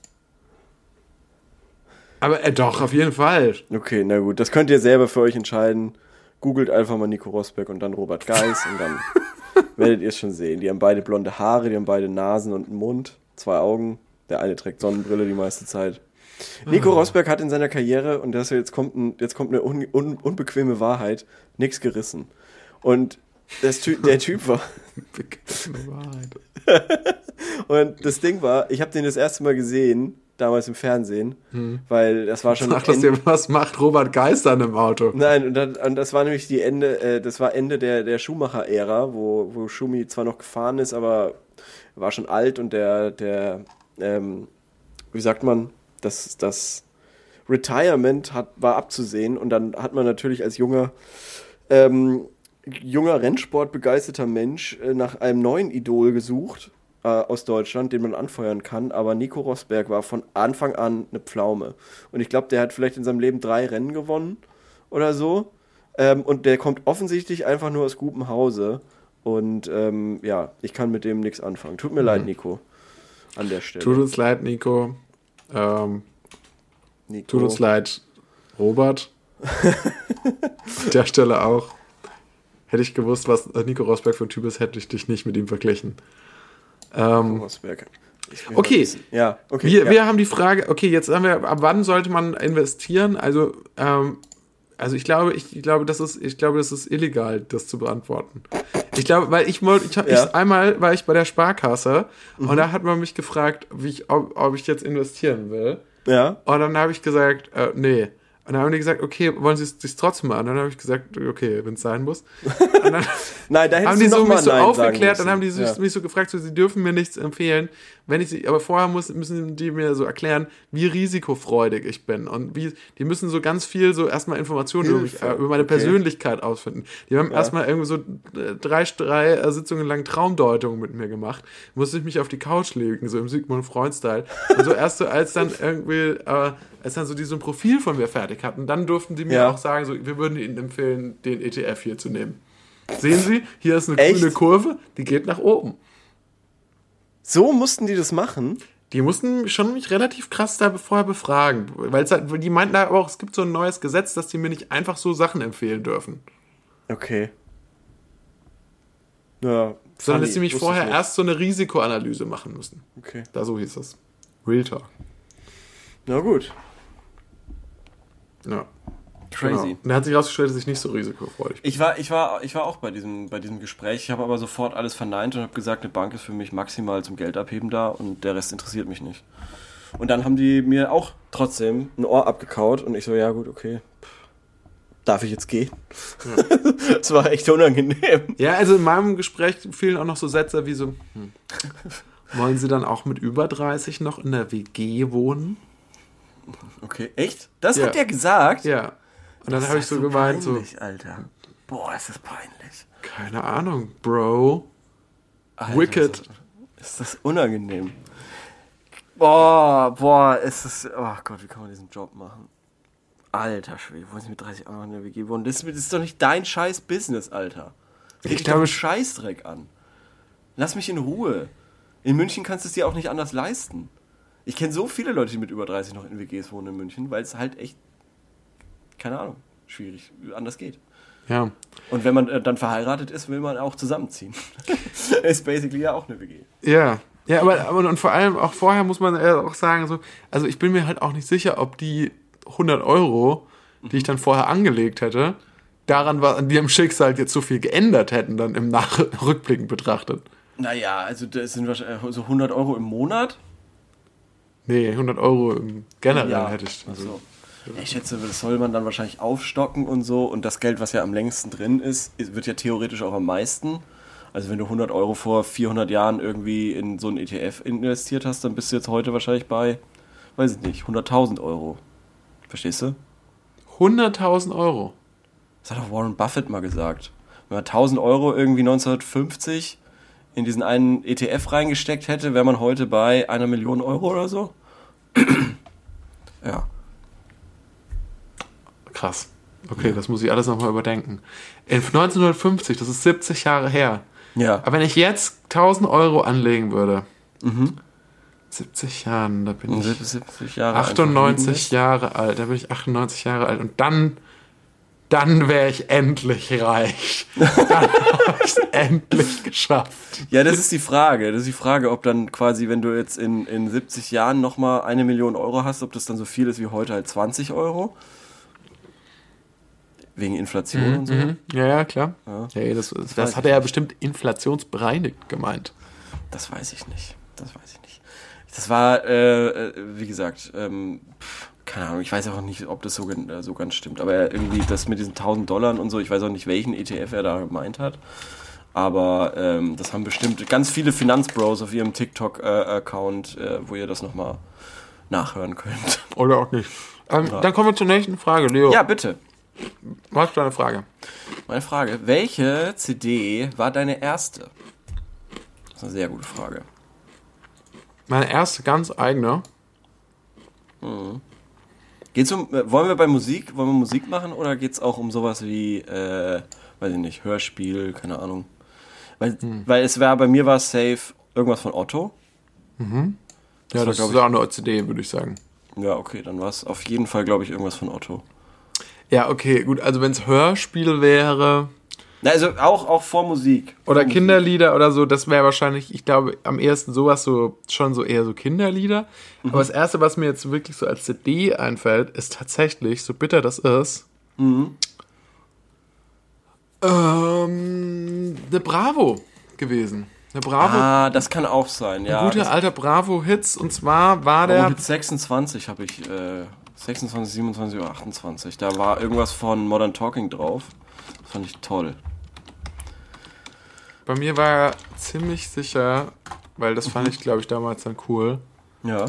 A: Aber doch, auf jeden Fall.
B: Okay, na gut. Das könnt ihr selber für euch entscheiden. Googelt einfach mal Nico Rosberg und dann Robert Geiss und dann werdet ihr es schon sehen. Die haben beide blonde Haare, die haben beide Nasen und einen Mund, 2 Augen. Der eine trägt Sonnenbrille die meiste Zeit. Nico Rosberg hat in seiner Karriere, und jetzt kommt eine unbequeme Wahrheit, nichts gerissen. Und der Typ war...
A: Bequeme Wahrheit.
B: Und das Ding war, ich habe den das erste Mal gesehen, damals im Fernsehen, weil das war schon...
A: Was macht Robert Geiss dann im Auto?
B: Nein, und das war nämlich Ende der Schumacher-Ära, wo Schumi zwar noch gefahren ist, aber war schon alt und wie sagt man, das Retirement war abzusehen und dann hat man natürlich als junger Rennsport-begeisterter Mensch nach einem neuen Idol gesucht aus Deutschland, den man anfeuern kann, aber Nico Rosberg war von Anfang an eine Pflaume. Und ich glaube, der hat vielleicht in seinem Leben 3 Rennen gewonnen oder so. Und der kommt offensichtlich einfach nur aus gutem Hause. Und ich kann mit dem nichts anfangen. Tut mir leid, Nico, an der Stelle.
A: Tut uns leid, Nico. Tut uns leid, Robert. An der Stelle auch. Hätte ich gewusst, was Nico Rosberg für ein Typ ist, hätte ich dich nicht mit ihm verglichen.
B: Rosberg.
A: Okay.
B: Ja, okay.
A: Wir haben die Frage, okay, jetzt haben wir, ab wann sollte man investieren? Also ich glaube, das ist illegal, das zu beantworten. Ich glaube, einmal war ich bei der Sparkasse und da hat man mich gefragt, ob ich jetzt investieren will.
B: Ja.
A: Und dann habe ich gesagt, nee. Und dann haben die gesagt, okay, wollen Sie es sich trotzdem mal an? Und dann habe ich gesagt, okay, wenn es sein muss. Und dann
B: Nein, da
A: haben die so mich so
B: Nein
A: aufgeklärt, dann haben die mich so gefragt, so, sie dürfen mir nichts empfehlen, aber vorher müssen die mir so erklären, wie risikofreudig ich bin. Und die müssen so ganz viel so erstmal Informationen über meine Persönlichkeit ausfinden. Die haben erstmal irgendwie so drei Sitzungen lang Traumdeutungen mit mir gemacht. Musste ich mich auf die Couch legen, so im Sigmund Freud-Style. Und so erst so, als dann so die so ein Profil von mir fertig hatten, dann durften die mir auch sagen, so, wir würden Ihnen empfehlen, den ETF hier zu nehmen. Sehen Sie, hier ist eine grüne Kurve, die geht nach oben.
B: So mussten die das machen?
A: Die mussten mich relativ krass da weil die meinten da aber auch, es gibt so ein neues Gesetz, dass die mir nicht einfach so Sachen empfehlen dürfen.
B: Okay. Ja,
A: sondern dass sie mich vorher erst so eine Risikoanalyse machen müssen.
B: Okay.
A: Da so hieß es. Real Talk.
B: Na gut.
A: Ja.
B: Crazy.
A: Genau. Und da hat sich herausgestellt, dass ich nicht so risikofreudig bin.
B: Ich war auch bei diesem Gespräch. Ich habe aber sofort alles verneint und habe gesagt, eine Bank ist für mich maximal zum Geld abheben da und der Rest interessiert mich nicht. Und dann haben die mir auch trotzdem ein Ohr abgekaut und ich so, ja gut, okay. Darf ich jetzt gehen? Ja. Das war echt unangenehm.
A: Ja, also in meinem Gespräch fielen auch noch so Sätze wie so, wollen Sie dann auch mit über 30 noch in der WG wohnen?
B: Okay, echt? Das hat der gesagt?
A: Ja. Und dann habe ich so gemeint,
B: peinlich, Alter. Boah, ist das peinlich.
A: Keine Ahnung, Bro.
B: Alter,
A: Wicked.
B: Ist das unangenehm. Boah, ist das... Oh Gott, wie kann man diesen Job machen? Alter Schwede, wollen Sie mit 30 Euro in der WG wohnen? Das ist doch nicht dein scheiß Business, Alter. Ich glaube, einen Scheißdreck an. Lass mich in Ruhe. In München kannst du es dir auch nicht anders leisten. Ich kenne so viele Leute, die mit über 30 noch in WGs wohnen in München, weil es halt echt, keine Ahnung, schwierig anders geht.
A: Ja.
B: Und wenn man dann verheiratet ist, will man auch zusammenziehen. Ist basically ja auch eine WG.
A: Ja. Ja, aber und vor allem auch vorher muss man auch sagen, so, also ich bin mir halt auch nicht sicher, ob die 100 Euro, die ich dann vorher angelegt hätte, daran an ihrem Schicksal jetzt so viel geändert hätten, dann im Rückblick betrachtet.
B: Naja, also das sind wahrscheinlich so 100 Euro im Monat.
A: Nee, 100 Euro generell hätte ich.
B: Also, ich schätze, das soll man dann wahrscheinlich aufstocken und so. Und das Geld, was ja am längsten drin ist, wird ja theoretisch auch am meisten. Also wenn du 100 Euro vor 400 Jahren irgendwie in so einen ETF investiert hast, dann bist du jetzt heute wahrscheinlich bei, weiß ich nicht, 100.000 Euro. Verstehst du?
A: 100.000 Euro?
B: Das hat auch Warren Buffett mal gesagt. Wenn man 1.000 Euro irgendwie 1950 in diesen einen ETF reingesteckt hätte, wäre man heute bei 1 Million Euro oder so. Ja.
A: Krass. Okay, das muss ich alles nochmal überdenken. In 1950, das ist 70 Jahre her.
B: Ja.
A: Aber wenn ich jetzt 1.000 Euro anlegen würde, 70 Jahren, da bin ich
B: 70 Jahre
A: 98 Jahre alt, da bin ich 98 Jahre alt und dann wäre ich endlich reich. Dann habe ich es endlich geschafft.
B: Ja, das ist die Frage. Das ist die Frage, ob dann quasi, wenn du jetzt in 70 Jahren nochmal 1 Million Euro hast, ob das dann so viel ist wie heute halt 20 Euro. Wegen Inflation und so.
A: Ja, klar. Ja. Hey, das hat er ja bestimmt inflationsbereinigt gemeint.
B: Das weiß ich nicht. Das war, wie gesagt, keine Ahnung, ich weiß auch nicht, ob das so ganz stimmt. Aber irgendwie das mit diesen $1.000 und so, ich weiß auch nicht, welchen ETF er da gemeint hat. Aber das haben bestimmt ganz viele Finanzbros auf ihrem TikTok-Account, wo ihr das nochmal nachhören könnt.
A: Oder auch nicht. Dann kommen wir zur nächsten Frage, Leo.
B: Ja, bitte.
A: Was ist deine Frage?
B: Meine Frage, welche CD war deine erste? Das ist eine sehr gute Frage.
A: Meine erste ganz eigene?
B: Geht's wollen wir Musik machen oder geht's auch um sowas wie, weiß ich nicht, Hörspiel, keine Ahnung. Weil es bei mir war safe irgendwas von Otto.
A: Ja, das ist auch eine CD, würde ich sagen.
B: Ja, okay, dann war es auf jeden Fall, glaube ich, irgendwas von Otto.
A: Ja, okay, gut, also wenn es Hörspiel wäre...
B: Also auch vor Musik.
A: Oder Kinderlieder oder so, das wäre wahrscheinlich, ich glaube, am ehesten sowas schon so eher so Kinderlieder. Aber das Erste, was mir jetzt wirklich so als CD einfällt, ist tatsächlich, so bitter das ist, eine Bravo gewesen. Eine Bravo.
B: Ah, das kann auch sein, ja.
A: Ein guter alter Bravo-Hits, und zwar war der...
B: Mit 26 habe ich 26, 27 oder 28. Da war irgendwas von Modern Talking drauf. Das fand ich toll.
A: Bei mir war er ziemlich sicher, weil das fand ich, glaube ich, damals dann cool.
B: Ja.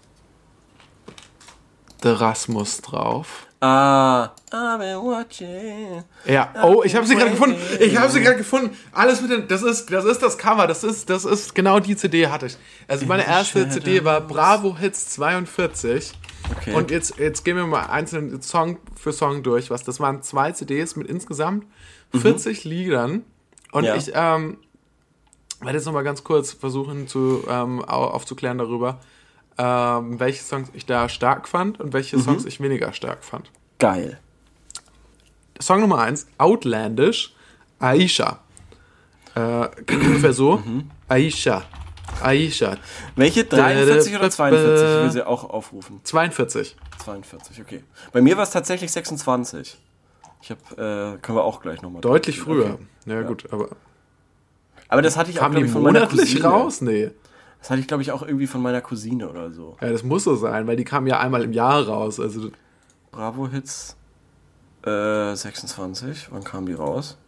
A: The Rasmus drauf.
B: I've been watching.
A: Ja, oh, ich habe sie gerade gefunden. Alles mit den, das ist das Cover. Das ist genau die CD hatte ich. Also meine erste CD war Bravo Hits 42.
B: Okay.
A: Und jetzt gehen wir mal einzeln Song für Song durch. Das waren 2 CDs mit insgesamt 40 Liedern. Und ich werde jetzt nochmal ganz kurz versuchen aufzuklären darüber, welche Songs ich da stark fand und welche Songs ich weniger stark fand.
B: Geil.
A: Song Nummer 1, Outlandish, Aisha. Klingt ungefähr so. Aisha.
B: Welche? 43 oder 42? Ich will sie auch aufrufen.
A: 42.
B: 42, okay. Bei mir war es tatsächlich 26. Können wir auch gleich nochmal.
A: Deutlich früher.
B: Okay.
A: Ja, gut,
B: aber das hatte ich auch,
A: glaube ich, von meiner Cousine. Raus? Nee.
B: Das hatte ich, glaube ich, auch irgendwie von meiner Cousine oder so.
A: Ja, das muss so sein, weil die kamen ja einmal im Jahr raus. Also
B: Bravo Hits 26. Wann kamen die raus?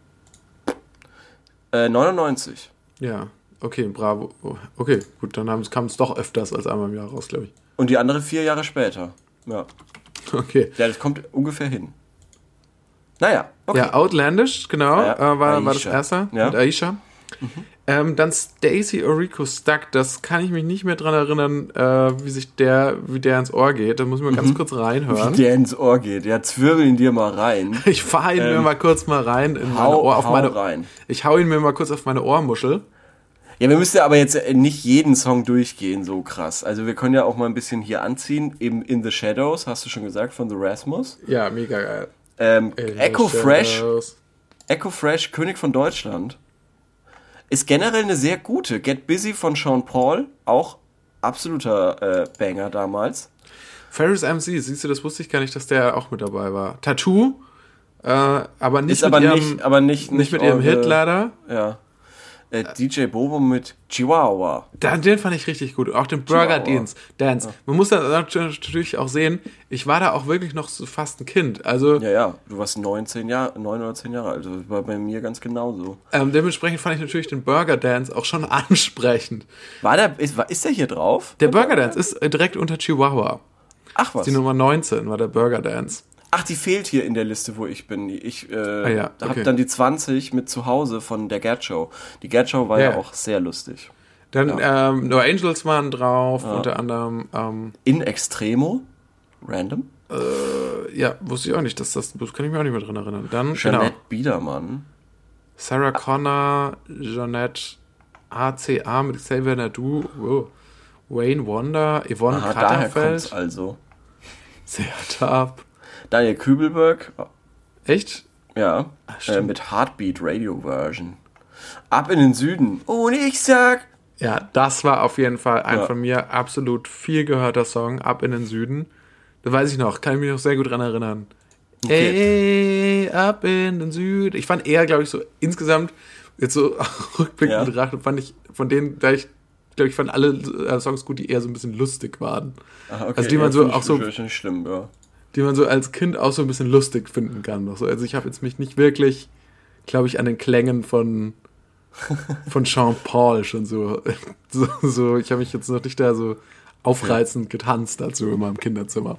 B: 99.
A: Ja, okay, Bravo. Okay, gut, dann kam es doch öfters als einmal im Jahr raus, glaube ich.
B: Und die andere 4 Jahre später. Ja.
A: Okay.
B: Ja, das kommt ungefähr hin. Naja, okay.
A: Ja, Outlandish, genau,
B: ja,
A: war das erste mit Aisha. Dann Stacey Orrico Stuck, das kann ich mich nicht mehr dran erinnern, wie der ins Ohr geht. Da muss ich mal ganz kurz reinhören.
B: Wie der ins Ohr geht. Ja, zwirbel ihn dir mal rein.
A: Ich fahre ihn mir mal kurz mal rein in meine Ohr, rein. Ich hau ihn mir mal kurz auf meine Ohrmuschel.
B: Ja, wir müssen ja aber jetzt nicht jeden Song durchgehen, so krass. Also wir können ja auch mal ein bisschen hier anziehen. Eben In the Shadows, hast du schon gesagt, von The Rasmus.
A: Ja, mega geil.
B: Echo Fresh, König von Deutschland. Ist generell eine sehr gute. Get Busy von Sean Paul, auch absoluter Banger damals.
A: Ferris MC, siehst du, das wusste ich gar nicht, dass der auch mit dabei war. Tattoo, aber nicht mit ihrem Hit leider.
B: Ja. DJ Bobo mit Chihuahua.
A: Den fand ich richtig gut. Auch den Burger Dance. Ja. Man muss da natürlich auch sehen, ich war da auch wirklich noch so fast ein Kind. Also,
B: ja, du warst 9 oder 10 Jahre alt. Das war bei mir ganz genauso.
A: Dementsprechend fand ich natürlich den Burger Dance auch schon ansprechend.
B: Ist der hier drauf?
A: Der Burger Dance ist direkt unter Chihuahua.
B: Ach was.
A: Die Nummer 19 war der Burger Dance.
B: Ach, die fehlt hier in der Liste, wo ich bin. Ich
A: okay.
B: habe dann die 20 mit zu Hause von der Gerd Show. Die Gerd Show war ja auch sehr lustig.
A: Dann No Angels waren drauf, unter anderem.
B: In Extremo? Random?
A: Ja, wusste ich auch nicht. Das kann ich mir auch nicht mehr dran erinnern. Dann
B: Jeanette Biedermann.
A: Sarah Connor, Jeanette ACA mit Xavier Nadu, Wayne Wonder, Yvonne Katterfeld.
B: Daher kommt's also.
A: Sehr top.
B: Daniel Kübelberg.
A: Echt?
B: Ja. Mit Heartbeat Radio Version. Ab in den Süden. Und ich sag.
A: Ja, das war auf jeden Fall ein von mir absolut viel gehörter Song. Ab in den Süden. Das weiß ich noch. Kann ich mich noch sehr gut dran erinnern. Okay. Ey, ab in den Süden. Ich fand eher, glaube ich, so insgesamt, jetzt so rückblickend betrachtet, fand ich von denen, ich fand alle Songs gut, die eher so ein bisschen lustig waren.
B: Aha, okay.
A: Also die man so auch so.
B: Nicht schlimm, ja.
A: Die man so als Kind auch so ein bisschen lustig finden kann. Also ich habe jetzt mich nicht wirklich, glaube ich, an den Klängen von Sean Paul schon so ich habe mich jetzt noch nicht da so aufreizend getanzt dazu in meinem Kinderzimmer.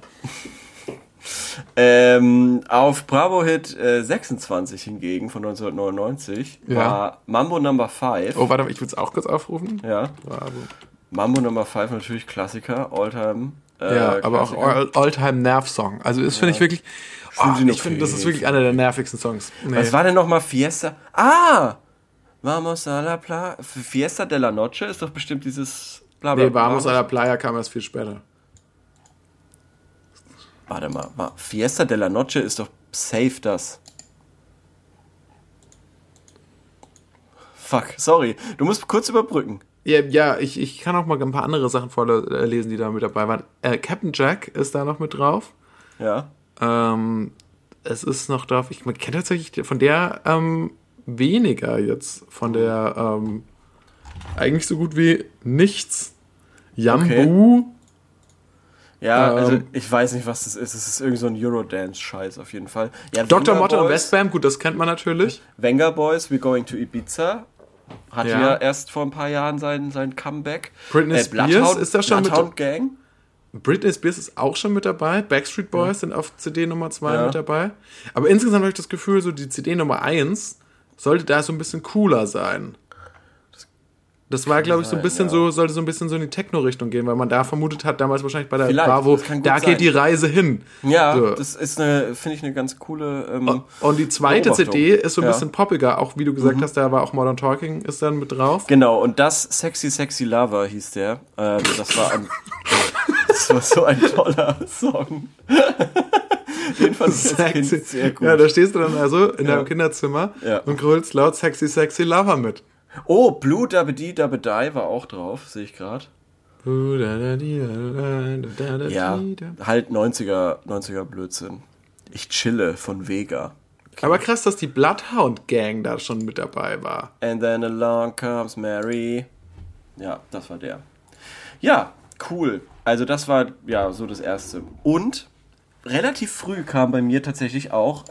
B: Auf Bravo Hit 26 hingegen von 1999 war Mambo No. 5.
A: Oh, warte mal, ich will es auch kurz aufrufen.
B: Ja. Bravo. Mambo No. 5 natürlich Klassiker, Alltime.
A: Aber auch All-Time-Nerv-Song. Also das finde ich wirklich, ich finde, das ist wirklich einer der nervigsten Songs.
B: Nee. Was war denn nochmal Fiesta? Vamos a la Playa. Fiesta de la Noche ist doch bestimmt dieses
A: Blablabla. Nee, Vamos a la Playa kam erst viel später.
B: Warte mal, Fiesta de la Noche ist doch safe das. Fuck, sorry. Du musst kurz überbrücken.
A: Ja, ich kann auch mal ein paar andere Sachen vorlesen, die da mit dabei waren. Captain Jack ist da noch mit drauf.
B: Ja.
A: Es ist noch drauf, ich kenne tatsächlich von der weniger jetzt. Von der eigentlich so gut wie nichts. Jambu.
B: Okay. Ja, also ich weiß nicht, was das ist. Es ist irgendwie so ein Eurodance-Scheiß auf jeden Fall. Ja,
A: Dr. Motte und Westbam, gut, das kennt man natürlich.
B: Venga Boys, We're Going to Ibiza. Hatte ja erst vor ein paar Jahren sein Comeback.
A: Britney Spears ist da schon
B: Bloodhound Gang.
A: Britney Spears ist auch schon mit dabei. Backstreet Boys sind auf CD Nummer 2 mit dabei. Aber insgesamt habe ich das Gefühl, so die CD Nummer 1 sollte da so ein bisschen cooler sein. Das war, glaube ich, so ein bisschen sollte so ein bisschen so in die Techno-Richtung gehen, weil man da vermutet hat, damals wahrscheinlich bei der Bravo, da geht die Reise hin.
B: Ja, so. Das ist finde ich, eine ganz coole
A: und die zweite CD ist so ein bisschen poppiger, auch wie du gesagt hast, da war auch Modern Talking ist dann mit drauf.
B: Genau, und das Sexy Sexy Lover hieß der. Das war so ein toller Song. Den fand ich als Kind sehr gut.
A: Ja, da stehst du dann also in deinem Kinderzimmer und grölst laut Sexy Sexy Lover mit.
B: Oh, Blue Dabedi Dabedi war auch drauf, sehe ich gerade. Ja, halt 90er Blödsinn. Ich chille von Vega.
A: Okay. Aber krass, dass die Bloodhound Gang da schon mit dabei war.
B: And then along comes Mary. Ja, das war der. Ja, cool. Also das war ja so das Erste. Und relativ früh kam bei mir tatsächlich auch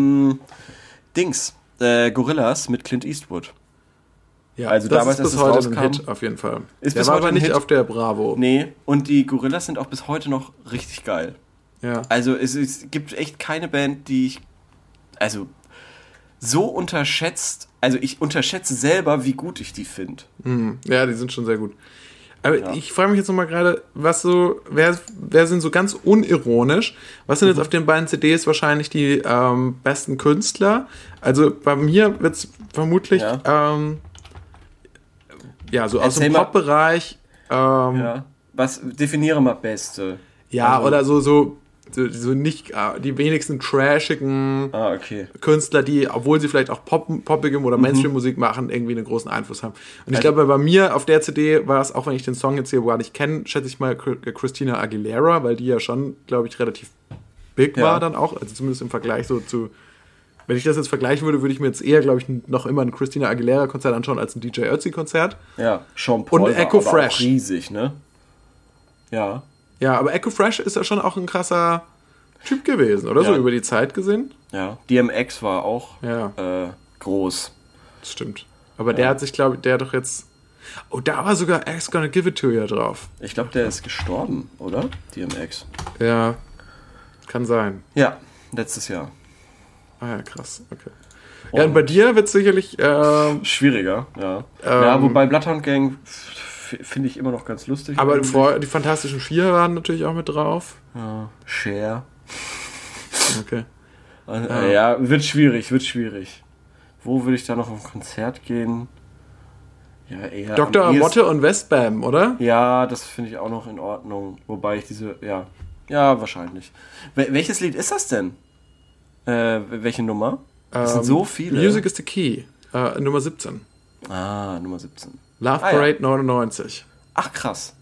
B: Gorillaz mit Clint Eastwood.
A: Ja, also das damals, ist bis heute rauskam, ein Hit auf jeden Fall. Der war aber nicht Hit auf der Bravo.
B: Nee, und die Gorillaz sind auch bis heute noch richtig geil.
A: Ja.
B: Also es gibt echt keine Band, die ich so unterschätzt, also ich unterschätze selber, wie gut ich die finde.
A: Ja, die sind schon sehr gut. Aber ich frage mich jetzt nochmal gerade, wer sind so ganz unironisch, was sind jetzt auf den beiden CDs wahrscheinlich die besten Künstler? Also bei mir wird es vermutlich so aus dem Pop-Bereich.
B: Was definiere mal Beste?
A: Ja, also, oder so nicht die wenigsten trashigen Künstler, die, obwohl sie vielleicht auch poppige oder Mainstream-Musik machen, irgendwie einen großen Einfluss haben. Und ich glaube, bei mir auf der CD war es, auch wenn ich den Song jetzt hier gar nicht kenne, schätze ich mal Christina Aguilera, weil die ja schon, glaube ich, relativ big war dann auch, also zumindest im Vergleich so zu. Wenn ich das jetzt vergleichen würde, würde ich mir jetzt eher, glaube ich, noch immer ein Christina Aguilera-Konzert anschauen als ein DJ Ötzi-Konzert.
B: Ja, Sean Paul
A: und Echo Fresh.
B: Auch riesig, ne? Ja.
A: Ja, aber Echo Fresh ist ja schon auch ein krasser Typ gewesen, oder so über die Zeit gesehen.
B: Ja, DMX war auch groß.
A: Das stimmt. Aber der hat sich, glaube ich, der hat doch jetzt... Oh, da war sogar X Gonna Give It To You drauf.
B: Ich glaube, der ist gestorben, oder? DMX.
A: Ja, kann sein.
B: Ja, letztes Jahr.
A: Ah ja, krass, okay. Ja, und bei dir wird es sicherlich...
B: schwieriger, ja. Wobei Bloodhound Gang finde ich immer noch ganz lustig.
A: Aber die Fantastischen Vier waren natürlich auch mit drauf.
B: Ja, Cher.
A: Okay.
B: Ja, wird schwierig. Wo würde ich da noch auf ein Konzert gehen? Ja, eher
A: Dr. Motte und Westbam, oder?
B: Ja, das finde ich auch noch in Ordnung. Wobei ich ja, wahrscheinlich. Welches Lied ist das denn? Welche Nummer? Das sind so viele.
A: Music is the Key. Nummer 17.
B: Nummer 17.
A: Love Parade 99.
B: Ach, krass.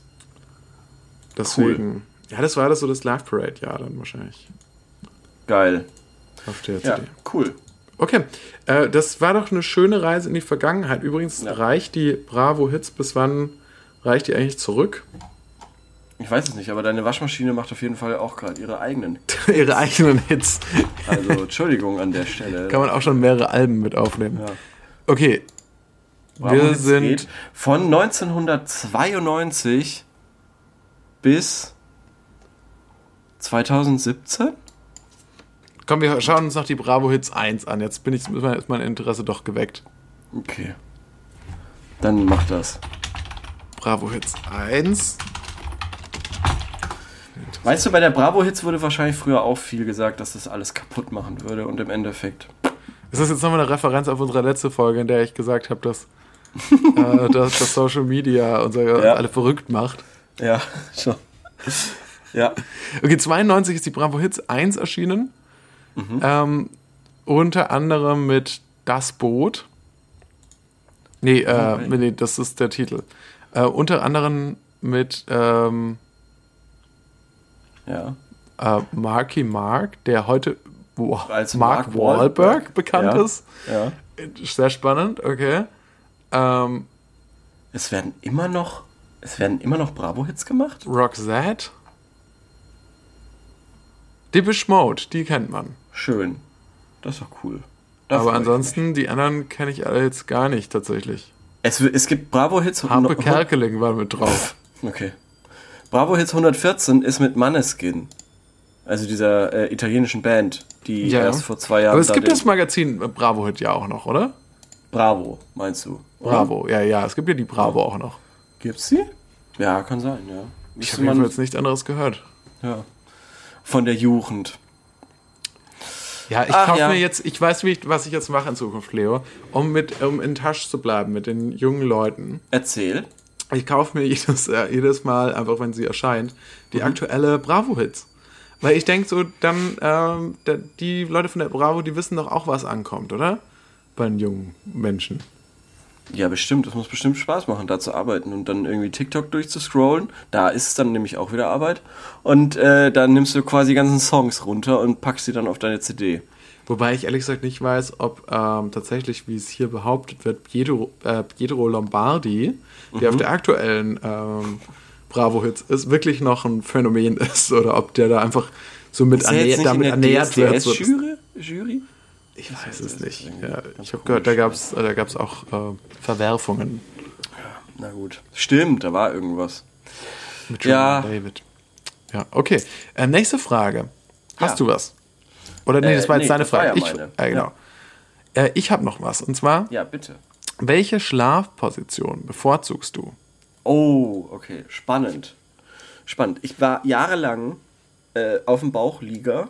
A: Deswegen. Cool. Ja, das war so das Love Parade-Jahr dann wahrscheinlich.
B: Geil.
A: Auf der CD.
B: Ja, cool.
A: Okay, das war doch eine schöne Reise in die Vergangenheit. Übrigens reicht die Bravo Hits, bis wann reicht die eigentlich zurück?
B: Ich weiß es nicht, aber deine Waschmaschine macht auf jeden Fall auch gerade ihre eigenen
A: Hits.
B: Also, Entschuldigung an der Stelle.
A: Kann man auch schon mehrere Alben mit aufnehmen. Ja. Okay.
B: Wir sind von 1992 bis 2017?
A: Komm, wir schauen uns noch die Bravo Hits 1 an. Jetzt ist mein Interesse doch geweckt.
B: Okay. Dann mach das.
A: Bravo Hits 1.
B: Weißt du, bei der Bravo Hits wurde wahrscheinlich früher auch viel gesagt, dass das alles kaputt machen würde und im Endeffekt...
A: Ist das jetzt nochmal eine Referenz auf unsere letzte Folge, in der ich gesagt habe, dass das Social Media uns alle verrückt macht?
B: Ja, schon. Ja.
A: Okay, 92 ist die Bravo Hits 1 erschienen. Unter anderem mit Das Boot. Nee, das ist der Titel. Unter anderem mit Marky Mark, der heute
B: als
A: Mark Wahlberg bekannt ist.
B: Ja.
A: Sehr spannend, okay.
B: Es werden immer noch Bravo-Hits gemacht?
A: Roxette. Depeche Mode, die kennt man.
B: Schön. Das ist doch cool.
A: Aber ansonsten, die anderen kenne ich alle jetzt gar nicht tatsächlich.
B: Es gibt Bravo-Hits...
A: Harpe Kerkeling war mit drauf.
B: Okay. Bravo-Hits 114 ist mit Måneskin. Also dieser italienischen Band, die erst vor 2 Jahren...
A: Aber es gibt das Magazin Bravo-Hit ja auch noch, oder?
B: Bravo, meinst du?
A: Oder? Bravo, ja. Es gibt ja die Bravo auch noch.
B: Gibt's die? Ja, kann sein, ja.
A: Ich habe jetzt nichts anderes gehört.
B: Ja. Von der Jugend.
A: Ja, ich kaufe mir jetzt, ich weiß nicht, was ich jetzt mache in Zukunft, Leo, um in Touch zu bleiben mit den jungen Leuten.
B: Erzähl.
A: Ich kaufe mir jedes Mal, einfach wenn sie erscheint, die aktuelle Bravo-Hits. Weil ich denke so, dann, die Leute von der Bravo, die wissen doch auch, was ankommt, oder? Bei den jungen Menschen.
B: Ja, bestimmt. Das muss bestimmt Spaß machen, da zu arbeiten und dann irgendwie TikTok durchzuscrollen. Da ist es dann nämlich auch wieder Arbeit. Und dann nimmst du quasi die ganzen Songs runter und packst sie dann auf deine CD.
A: Wobei ich ehrlich gesagt nicht weiß, ob tatsächlich, wie es hier behauptet wird, Pietro Lombardi, der auf der aktuellen Bravo-Hits ist, wirklich noch ein Phänomen ist. Oder ob der da einfach so damit ernährt wird.
B: Jury?
A: Ich weiß es nicht. Ja, ich habe gehört, da gab's auch Verwerfungen.
B: Na gut. Stimmt, da war irgendwas.
A: Mit David. Ja, okay. Nächste Frage. Hast du was? Oder nee, das war jetzt deine Frage. Genau. Ich habe noch was. Und zwar,
B: ja, bitte.
A: Welche Schlafposition bevorzugst du?
B: Oh, okay. Spannend. Ich war jahrelang auf dem Bauchlieger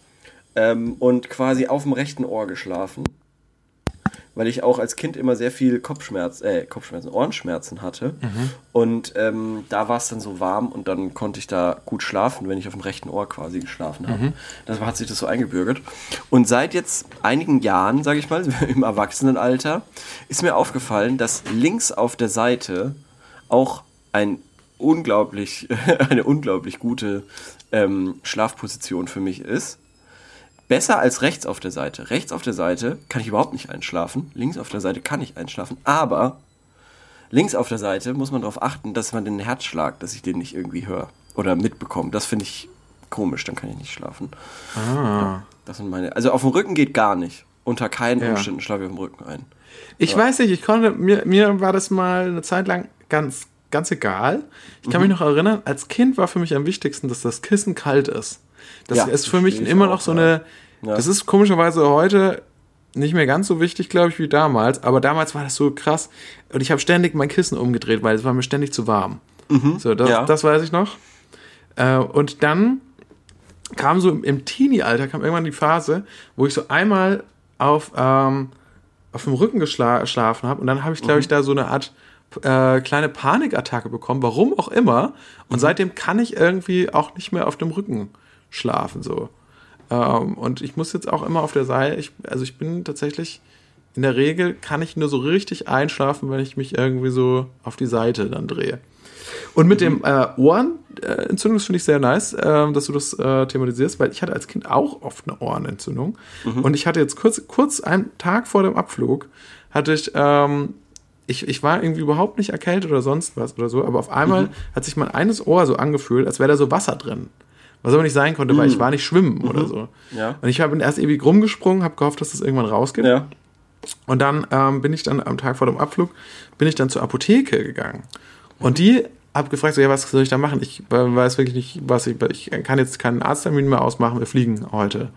B: und quasi auf dem rechten Ohr geschlafen, weil ich auch als Kind immer sehr viel Ohrenschmerzen hatte. Und da war es dann so warm und dann konnte ich da gut schlafen, wenn ich auf dem rechten Ohr quasi geschlafen habe. Deshalb hat sich das so eingebürgert. Und seit jetzt einigen Jahren, sage ich mal, im Erwachsenenalter, ist mir aufgefallen, dass links auf der Seite auch eine unglaublich gute Schlafposition für mich ist. Besser als rechts auf der Seite. Rechts auf der Seite kann ich überhaupt nicht einschlafen. Links auf der Seite kann ich einschlafen. Aber links auf der Seite muss man darauf achten, dass man den Herzschlag, dass ich den nicht irgendwie höre oder mitbekomme. Das finde ich komisch, dann kann ich nicht schlafen. Ja, das sind also auf dem Rücken geht gar nicht. Unter keinen Umständen schlafe ich auf dem Rücken ein.
A: Ich weiß nicht, mir war das mal eine Zeit lang ganz egal. Ich kann mich noch erinnern, als Kind war für mich am wichtigsten, dass das Kissen kalt ist. Das ist für mich immer noch so eine... Ja. Das ist komischerweise heute nicht mehr ganz so wichtig, glaube ich, wie damals. Aber damals war das so krass. Und ich habe ständig mein Kissen umgedreht, weil es war mir ständig zu warm. So, das weiß ich noch. Und dann kam so im Teenie-Alter irgendwann die Phase, wo ich so einmal auf dem Rücken geschlafen habe. Und dann habe ich, glaube ich, da so eine Art kleine Panikattacke bekommen, warum auch immer. Und seitdem kann ich irgendwie auch nicht mehr auf dem Rücken schlafen, so. Und ich muss jetzt auch immer auf der Seite, ich bin tatsächlich, in der Regel kann ich nur so richtig einschlafen, wenn ich mich irgendwie so auf die Seite dann drehe. Und mit dem Ohrenentzündung, das finde ich sehr nice, dass du das thematisierst, weil ich hatte als Kind auch oft eine Ohrenentzündung. Und ich hatte jetzt kurz einen Tag vor dem Abflug, hatte ich war irgendwie überhaupt nicht erkältet oder sonst was oder so, aber auf einmal hat sich mein eines Ohr so angefühlt, als wäre da so Wasser drin. Was aber nicht sein konnte, weil ich war nicht schwimmen oder so. Ja. Und ich habe erst ewig rumgesprungen, habe gehofft, dass das irgendwann rausgeht. Ja. Und dann bin ich dann am Tag vor dem Abflug, zur Apotheke gegangen. Und die habe gefragt, so, ja, was soll ich da machen? Ich weiß wirklich nicht, ich kann jetzt keinen Arzttermin mehr ausmachen, wir fliegen heute.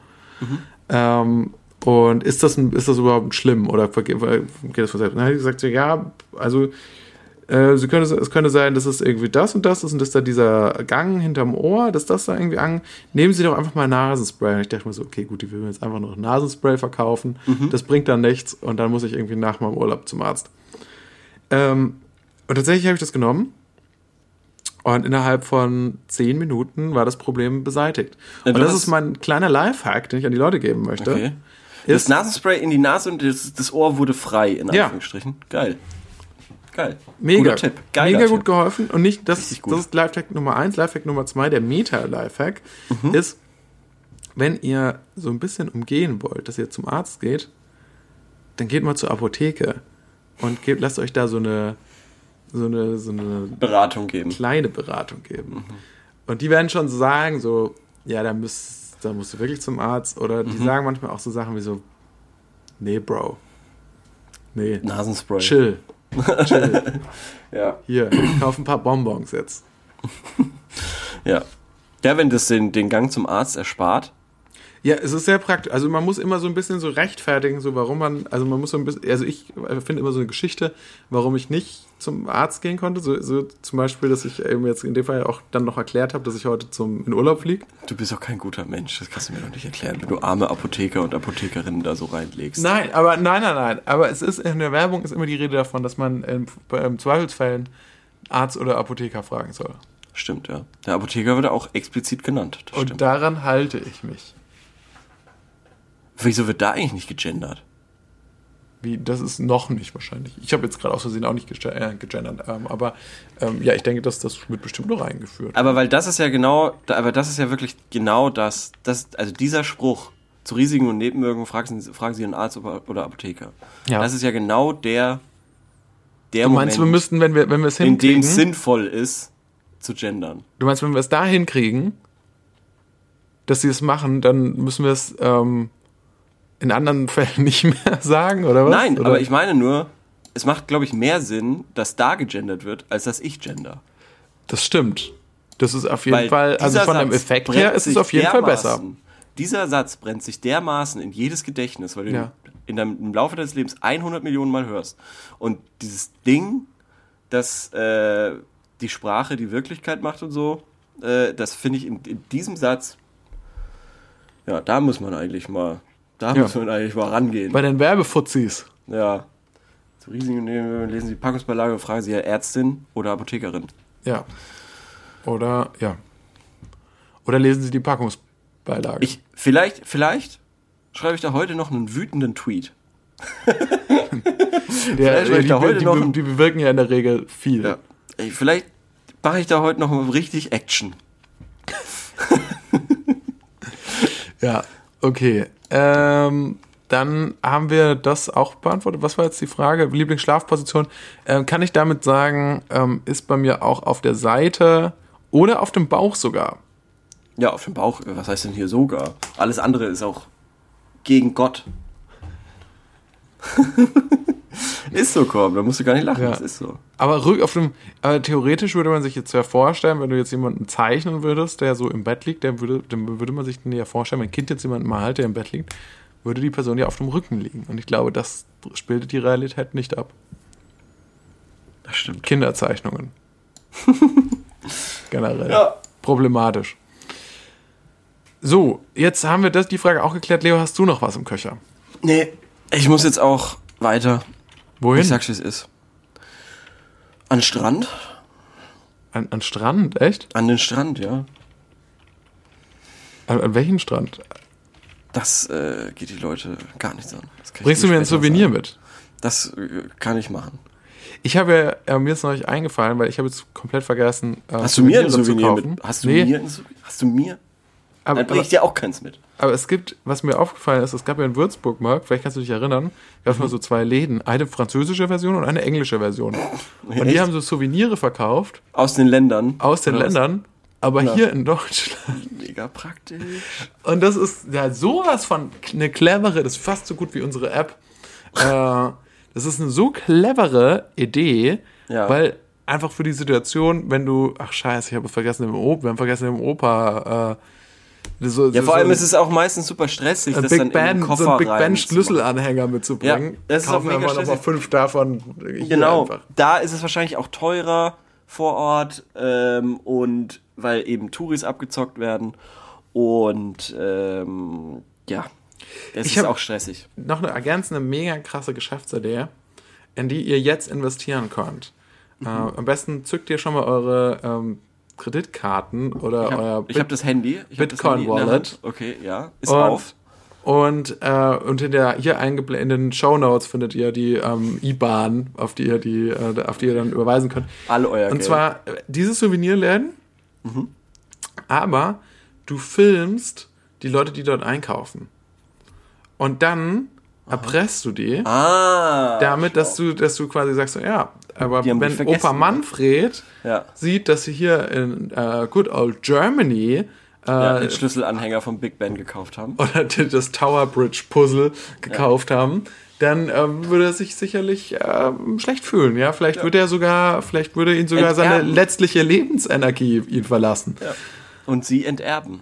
A: Und ist das überhaupt schlimm oder geht das von selbst? Dann habe ich gesagt, so, ja, also es könnte sein, dass es irgendwie das und das ist und dass da dieser Gang hinterm Ohr, dass das da irgendwie nehmen Sie doch einfach mal Nasenspray. Und ich dachte mir so, okay, gut, die will mir jetzt einfach noch Nasenspray verkaufen, das bringt dann nichts und dann muss ich irgendwie nach meinem Urlaub zum Arzt. Und tatsächlich habe ich das genommen und innerhalb von 10 Minuten war das Problem beseitigt. Und das ist mein kleiner Lifehack, den ich an die Leute geben möchte.
B: Okay. Das Nasenspray in die Nase und das Ohr wurde frei, in Anführungsstrichen. Geil.
A: Mega.
B: Guter Tipp.
A: Mega Tipp. Gut geholfen. Und nicht, das ist Lifehack Nummer 1. Lifehack Nummer 2, der Meta-Lifehack, ist, wenn ihr so ein bisschen umgehen wollt, dass ihr zum Arzt geht, dann geht mal zur Apotheke und lasst euch da so eine
B: Beratung geben.
A: Kleine Beratung geben. Und die werden schon sagen, so, ja, da müsst da musst du wirklich zum Arzt. Oder die sagen manchmal auch so Sachen wie so, nee, Bro. Nee.
B: Nasenspray.
A: Chill.
B: Ja.
A: Hier, kauf ein paar Bonbons jetzt.
B: Ja. Ja, wenn das den Gang zum Arzt erspart.
A: Ja, es ist sehr praktisch. Also man muss immer so ein bisschen so rechtfertigen, so warum man muss so ein bisschen, also ich finde immer so eine Geschichte, warum ich nicht zum Arzt gehen konnte. So zum Beispiel, dass ich eben jetzt in dem Fall auch dann noch erklärt habe, dass ich heute in Urlaub fliege.
B: Du bist auch kein guter Mensch, das kannst du mir doch nicht erklären, wenn du arme Apotheker und Apothekerinnen da so reinlegst.
A: Nein. Aber es ist, in der Werbung ist immer die Rede davon, dass man im Zweifelsfällen Arzt oder Apotheker fragen soll.
B: Stimmt, ja. Der Apotheker wird auch explizit genannt. Das
A: und
B: stimmt.
A: Daran halte ich mich.
B: Wieso wird da eigentlich nicht gegendert?
A: Das ist noch nicht wahrscheinlich. Ich habe jetzt gerade aus Versehen auch nicht gegendert. Aber ich denke, das wird bestimmt noch eingeführt.
B: Aber das ist ja wirklich genau das, also dieser Spruch, zu Risiken und Nebenwirkungen fragen Sie einen Arzt oder Apotheker. Ja. Das ist ja genau der
A: du meinst,
B: Moment,
A: wir müssten, wenn wir es hinkriegen,
B: in dem es sinnvoll ist, zu gendern.
A: Du meinst, wenn wir es da hinkriegen, dass sie es machen, dann müssen wir es in anderen Fällen nicht mehr sagen, oder was?
B: Nein,
A: oder?
B: Aber ich meine nur, es macht, glaube ich, mehr Sinn, dass da gegendert wird, als dass ich gender.
A: Das stimmt. Das ist auf jeden Fall, also von dem Effekt her ist es auf jeden Fall besser.
B: Dieser Satz brennt sich dermaßen in jedes Gedächtnis, weil du im Laufe deines Lebens 100 Millionen Mal hörst. Und dieses Ding, das die Sprache die Wirklichkeit macht und so, das finde ich in diesem Satz, ja, da muss man eigentlich mal rangehen.
A: Bei den Werbefuzis.
B: Ja. Zu Risiken lesen Sie die Packungsbeilage und fragen Sie ja Ärztin oder Apothekerin.
A: Ja. Oder lesen Sie die Packungsbeilage.
B: Vielleicht schreibe ich da heute noch einen wütenden Tweet.
A: Die bewirken ja in der Regel viel.
B: Ja. Vielleicht mache ich da heute noch richtig Action.
A: Ja, okay. Dann haben wir das auch beantwortet. Was war jetzt die Frage? Lieblingsschlafposition. Kann ich damit sagen, ist bei mir auch auf der Seite oder auf dem Bauch sogar?
B: Ja, auf dem Bauch. Was heißt denn hier sogar? Alles andere ist auch gegen Gott. Ist so, Korb, da musst du gar nicht lachen, das ist so.
A: Aber theoretisch würde man sich jetzt ja vorstellen, wenn du jetzt jemanden zeichnen würdest, der so im Bett liegt, dann würde man sich ja vorstellen, wenn ein Kind jetzt jemanden mal halt, der im Bett liegt, würde die Person ja auf dem Rücken liegen. Und ich glaube, das bildet die Realität nicht ab.
B: Das stimmt.
A: Kinderzeichnungen. Generell. Ja. Problematisch. So, jetzt haben wir die Frage auch geklärt. Leo, hast du noch was im Köcher?
B: Nee, ich muss jetzt auch weiter.
A: Wohin?
B: Ich sag's, wie es ist. An den Strand?
A: An Strand, echt?
B: An den Strand, ja.
A: An welchen Strand?
B: Das geht die Leute gar nichts an.
A: Bringst du mir ein Souvenir mit?
B: Das kann ich machen.
A: Ich habe mir ist neulich eingefallen, weil ich habe jetzt komplett vergessen,
B: Hast du mir ein Souvenir mit? Hast du mir? Dann bring ich dir auch keins mit.
A: Aber es gibt, was mir aufgefallen ist, es gab ja in Würzburg, Marc, vielleicht kannst du dich erinnern, gab es mal so 2 Läden, eine französische Version und eine englische Version. Und die haben so Souvenirs verkauft.
B: Aus den Ländern.
A: Aber hier in Deutschland.
B: Mega praktisch.
A: Und das ist ja sowas von eine clevere, das ist fast so gut wie unsere App. Das ist eine so clevere Idee, weil einfach für die Situation, wenn du, ach scheiße, wir haben vergessen im Opa,
B: vor allem ist es auch meistens super stressig, das dann in den Koffer
A: so einen Big Ben Schlüsselanhänger mitzubringen.
B: Ja, das ist auch mega stressig.
A: Noch 5 davon.
B: Genau, einfach. Da ist es wahrscheinlich auch teurer vor Ort und weil eben Touris abgezockt werden und es ist auch stressig.
A: Noch eine ergänzende, mega krasse Geschäftsidee, in die ihr jetzt investieren könnt. Am besten zückt ihr schon mal eure Kreditkarten oder euer
B: ich habe das Handy.
A: Bitcoin-Wallet.
B: Okay, ja. Ist auf.
A: Und hier in den Shownotes findet ihr die IBAN, auf die ihr dann überweisen könnt.
B: Alle euer Geld.
A: Und zwar diese Souvenirläden, aber du filmst die Leute, die dort einkaufen. Und dann erpresst du die damit, dass du quasi sagst, so, ja, aber wenn Opa Manfred sieht, dass sie hier in Good Old Germany
B: Den Schlüsselanhänger vom Big Ben gekauft haben.
A: Oder das Tower Bridge Puzzle gekauft haben, dann würde er sich sicherlich schlecht fühlen. Ja? Vielleicht würde ihn sogar seine letztliche Lebensenergie ihn verlassen.
B: Ja. Und sie enterben.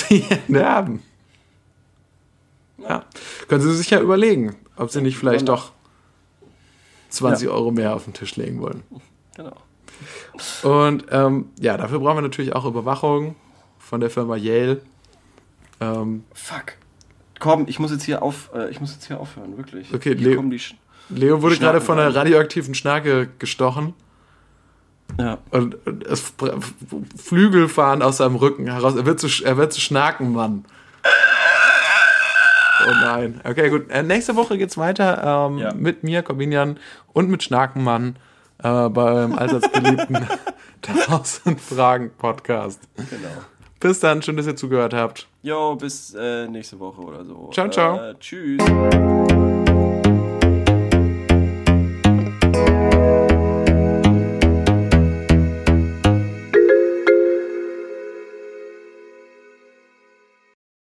A: Ja. Können Sie sich ja überlegen, ob Sie nicht vielleicht doch 20 Euro mehr auf den Tisch legen wollen.
B: Genau.
A: Und dafür brauchen wir natürlich auch Überwachung von der Firma Yale.
B: Fuck. Komm, ich muss jetzt hier aufhören, wirklich.
A: Okay, Leo wurde gerade von einer radioaktiven Schnake gestochen.
B: Ja.
A: Und Flügel fahren aus seinem Rücken heraus. Er wird zu Schnakenmann. Oh nein. Okay, gut. Nächste Woche geht's weiter mit mir, Corbinian, und mit Schnakenmann beim allseits beliebten 1000 Fragen Podcast.
B: Genau.
A: Bis dann, schön, dass ihr zugehört habt.
B: Jo, bis nächste Woche oder so.
A: Ciao, ciao.
B: Tschüss.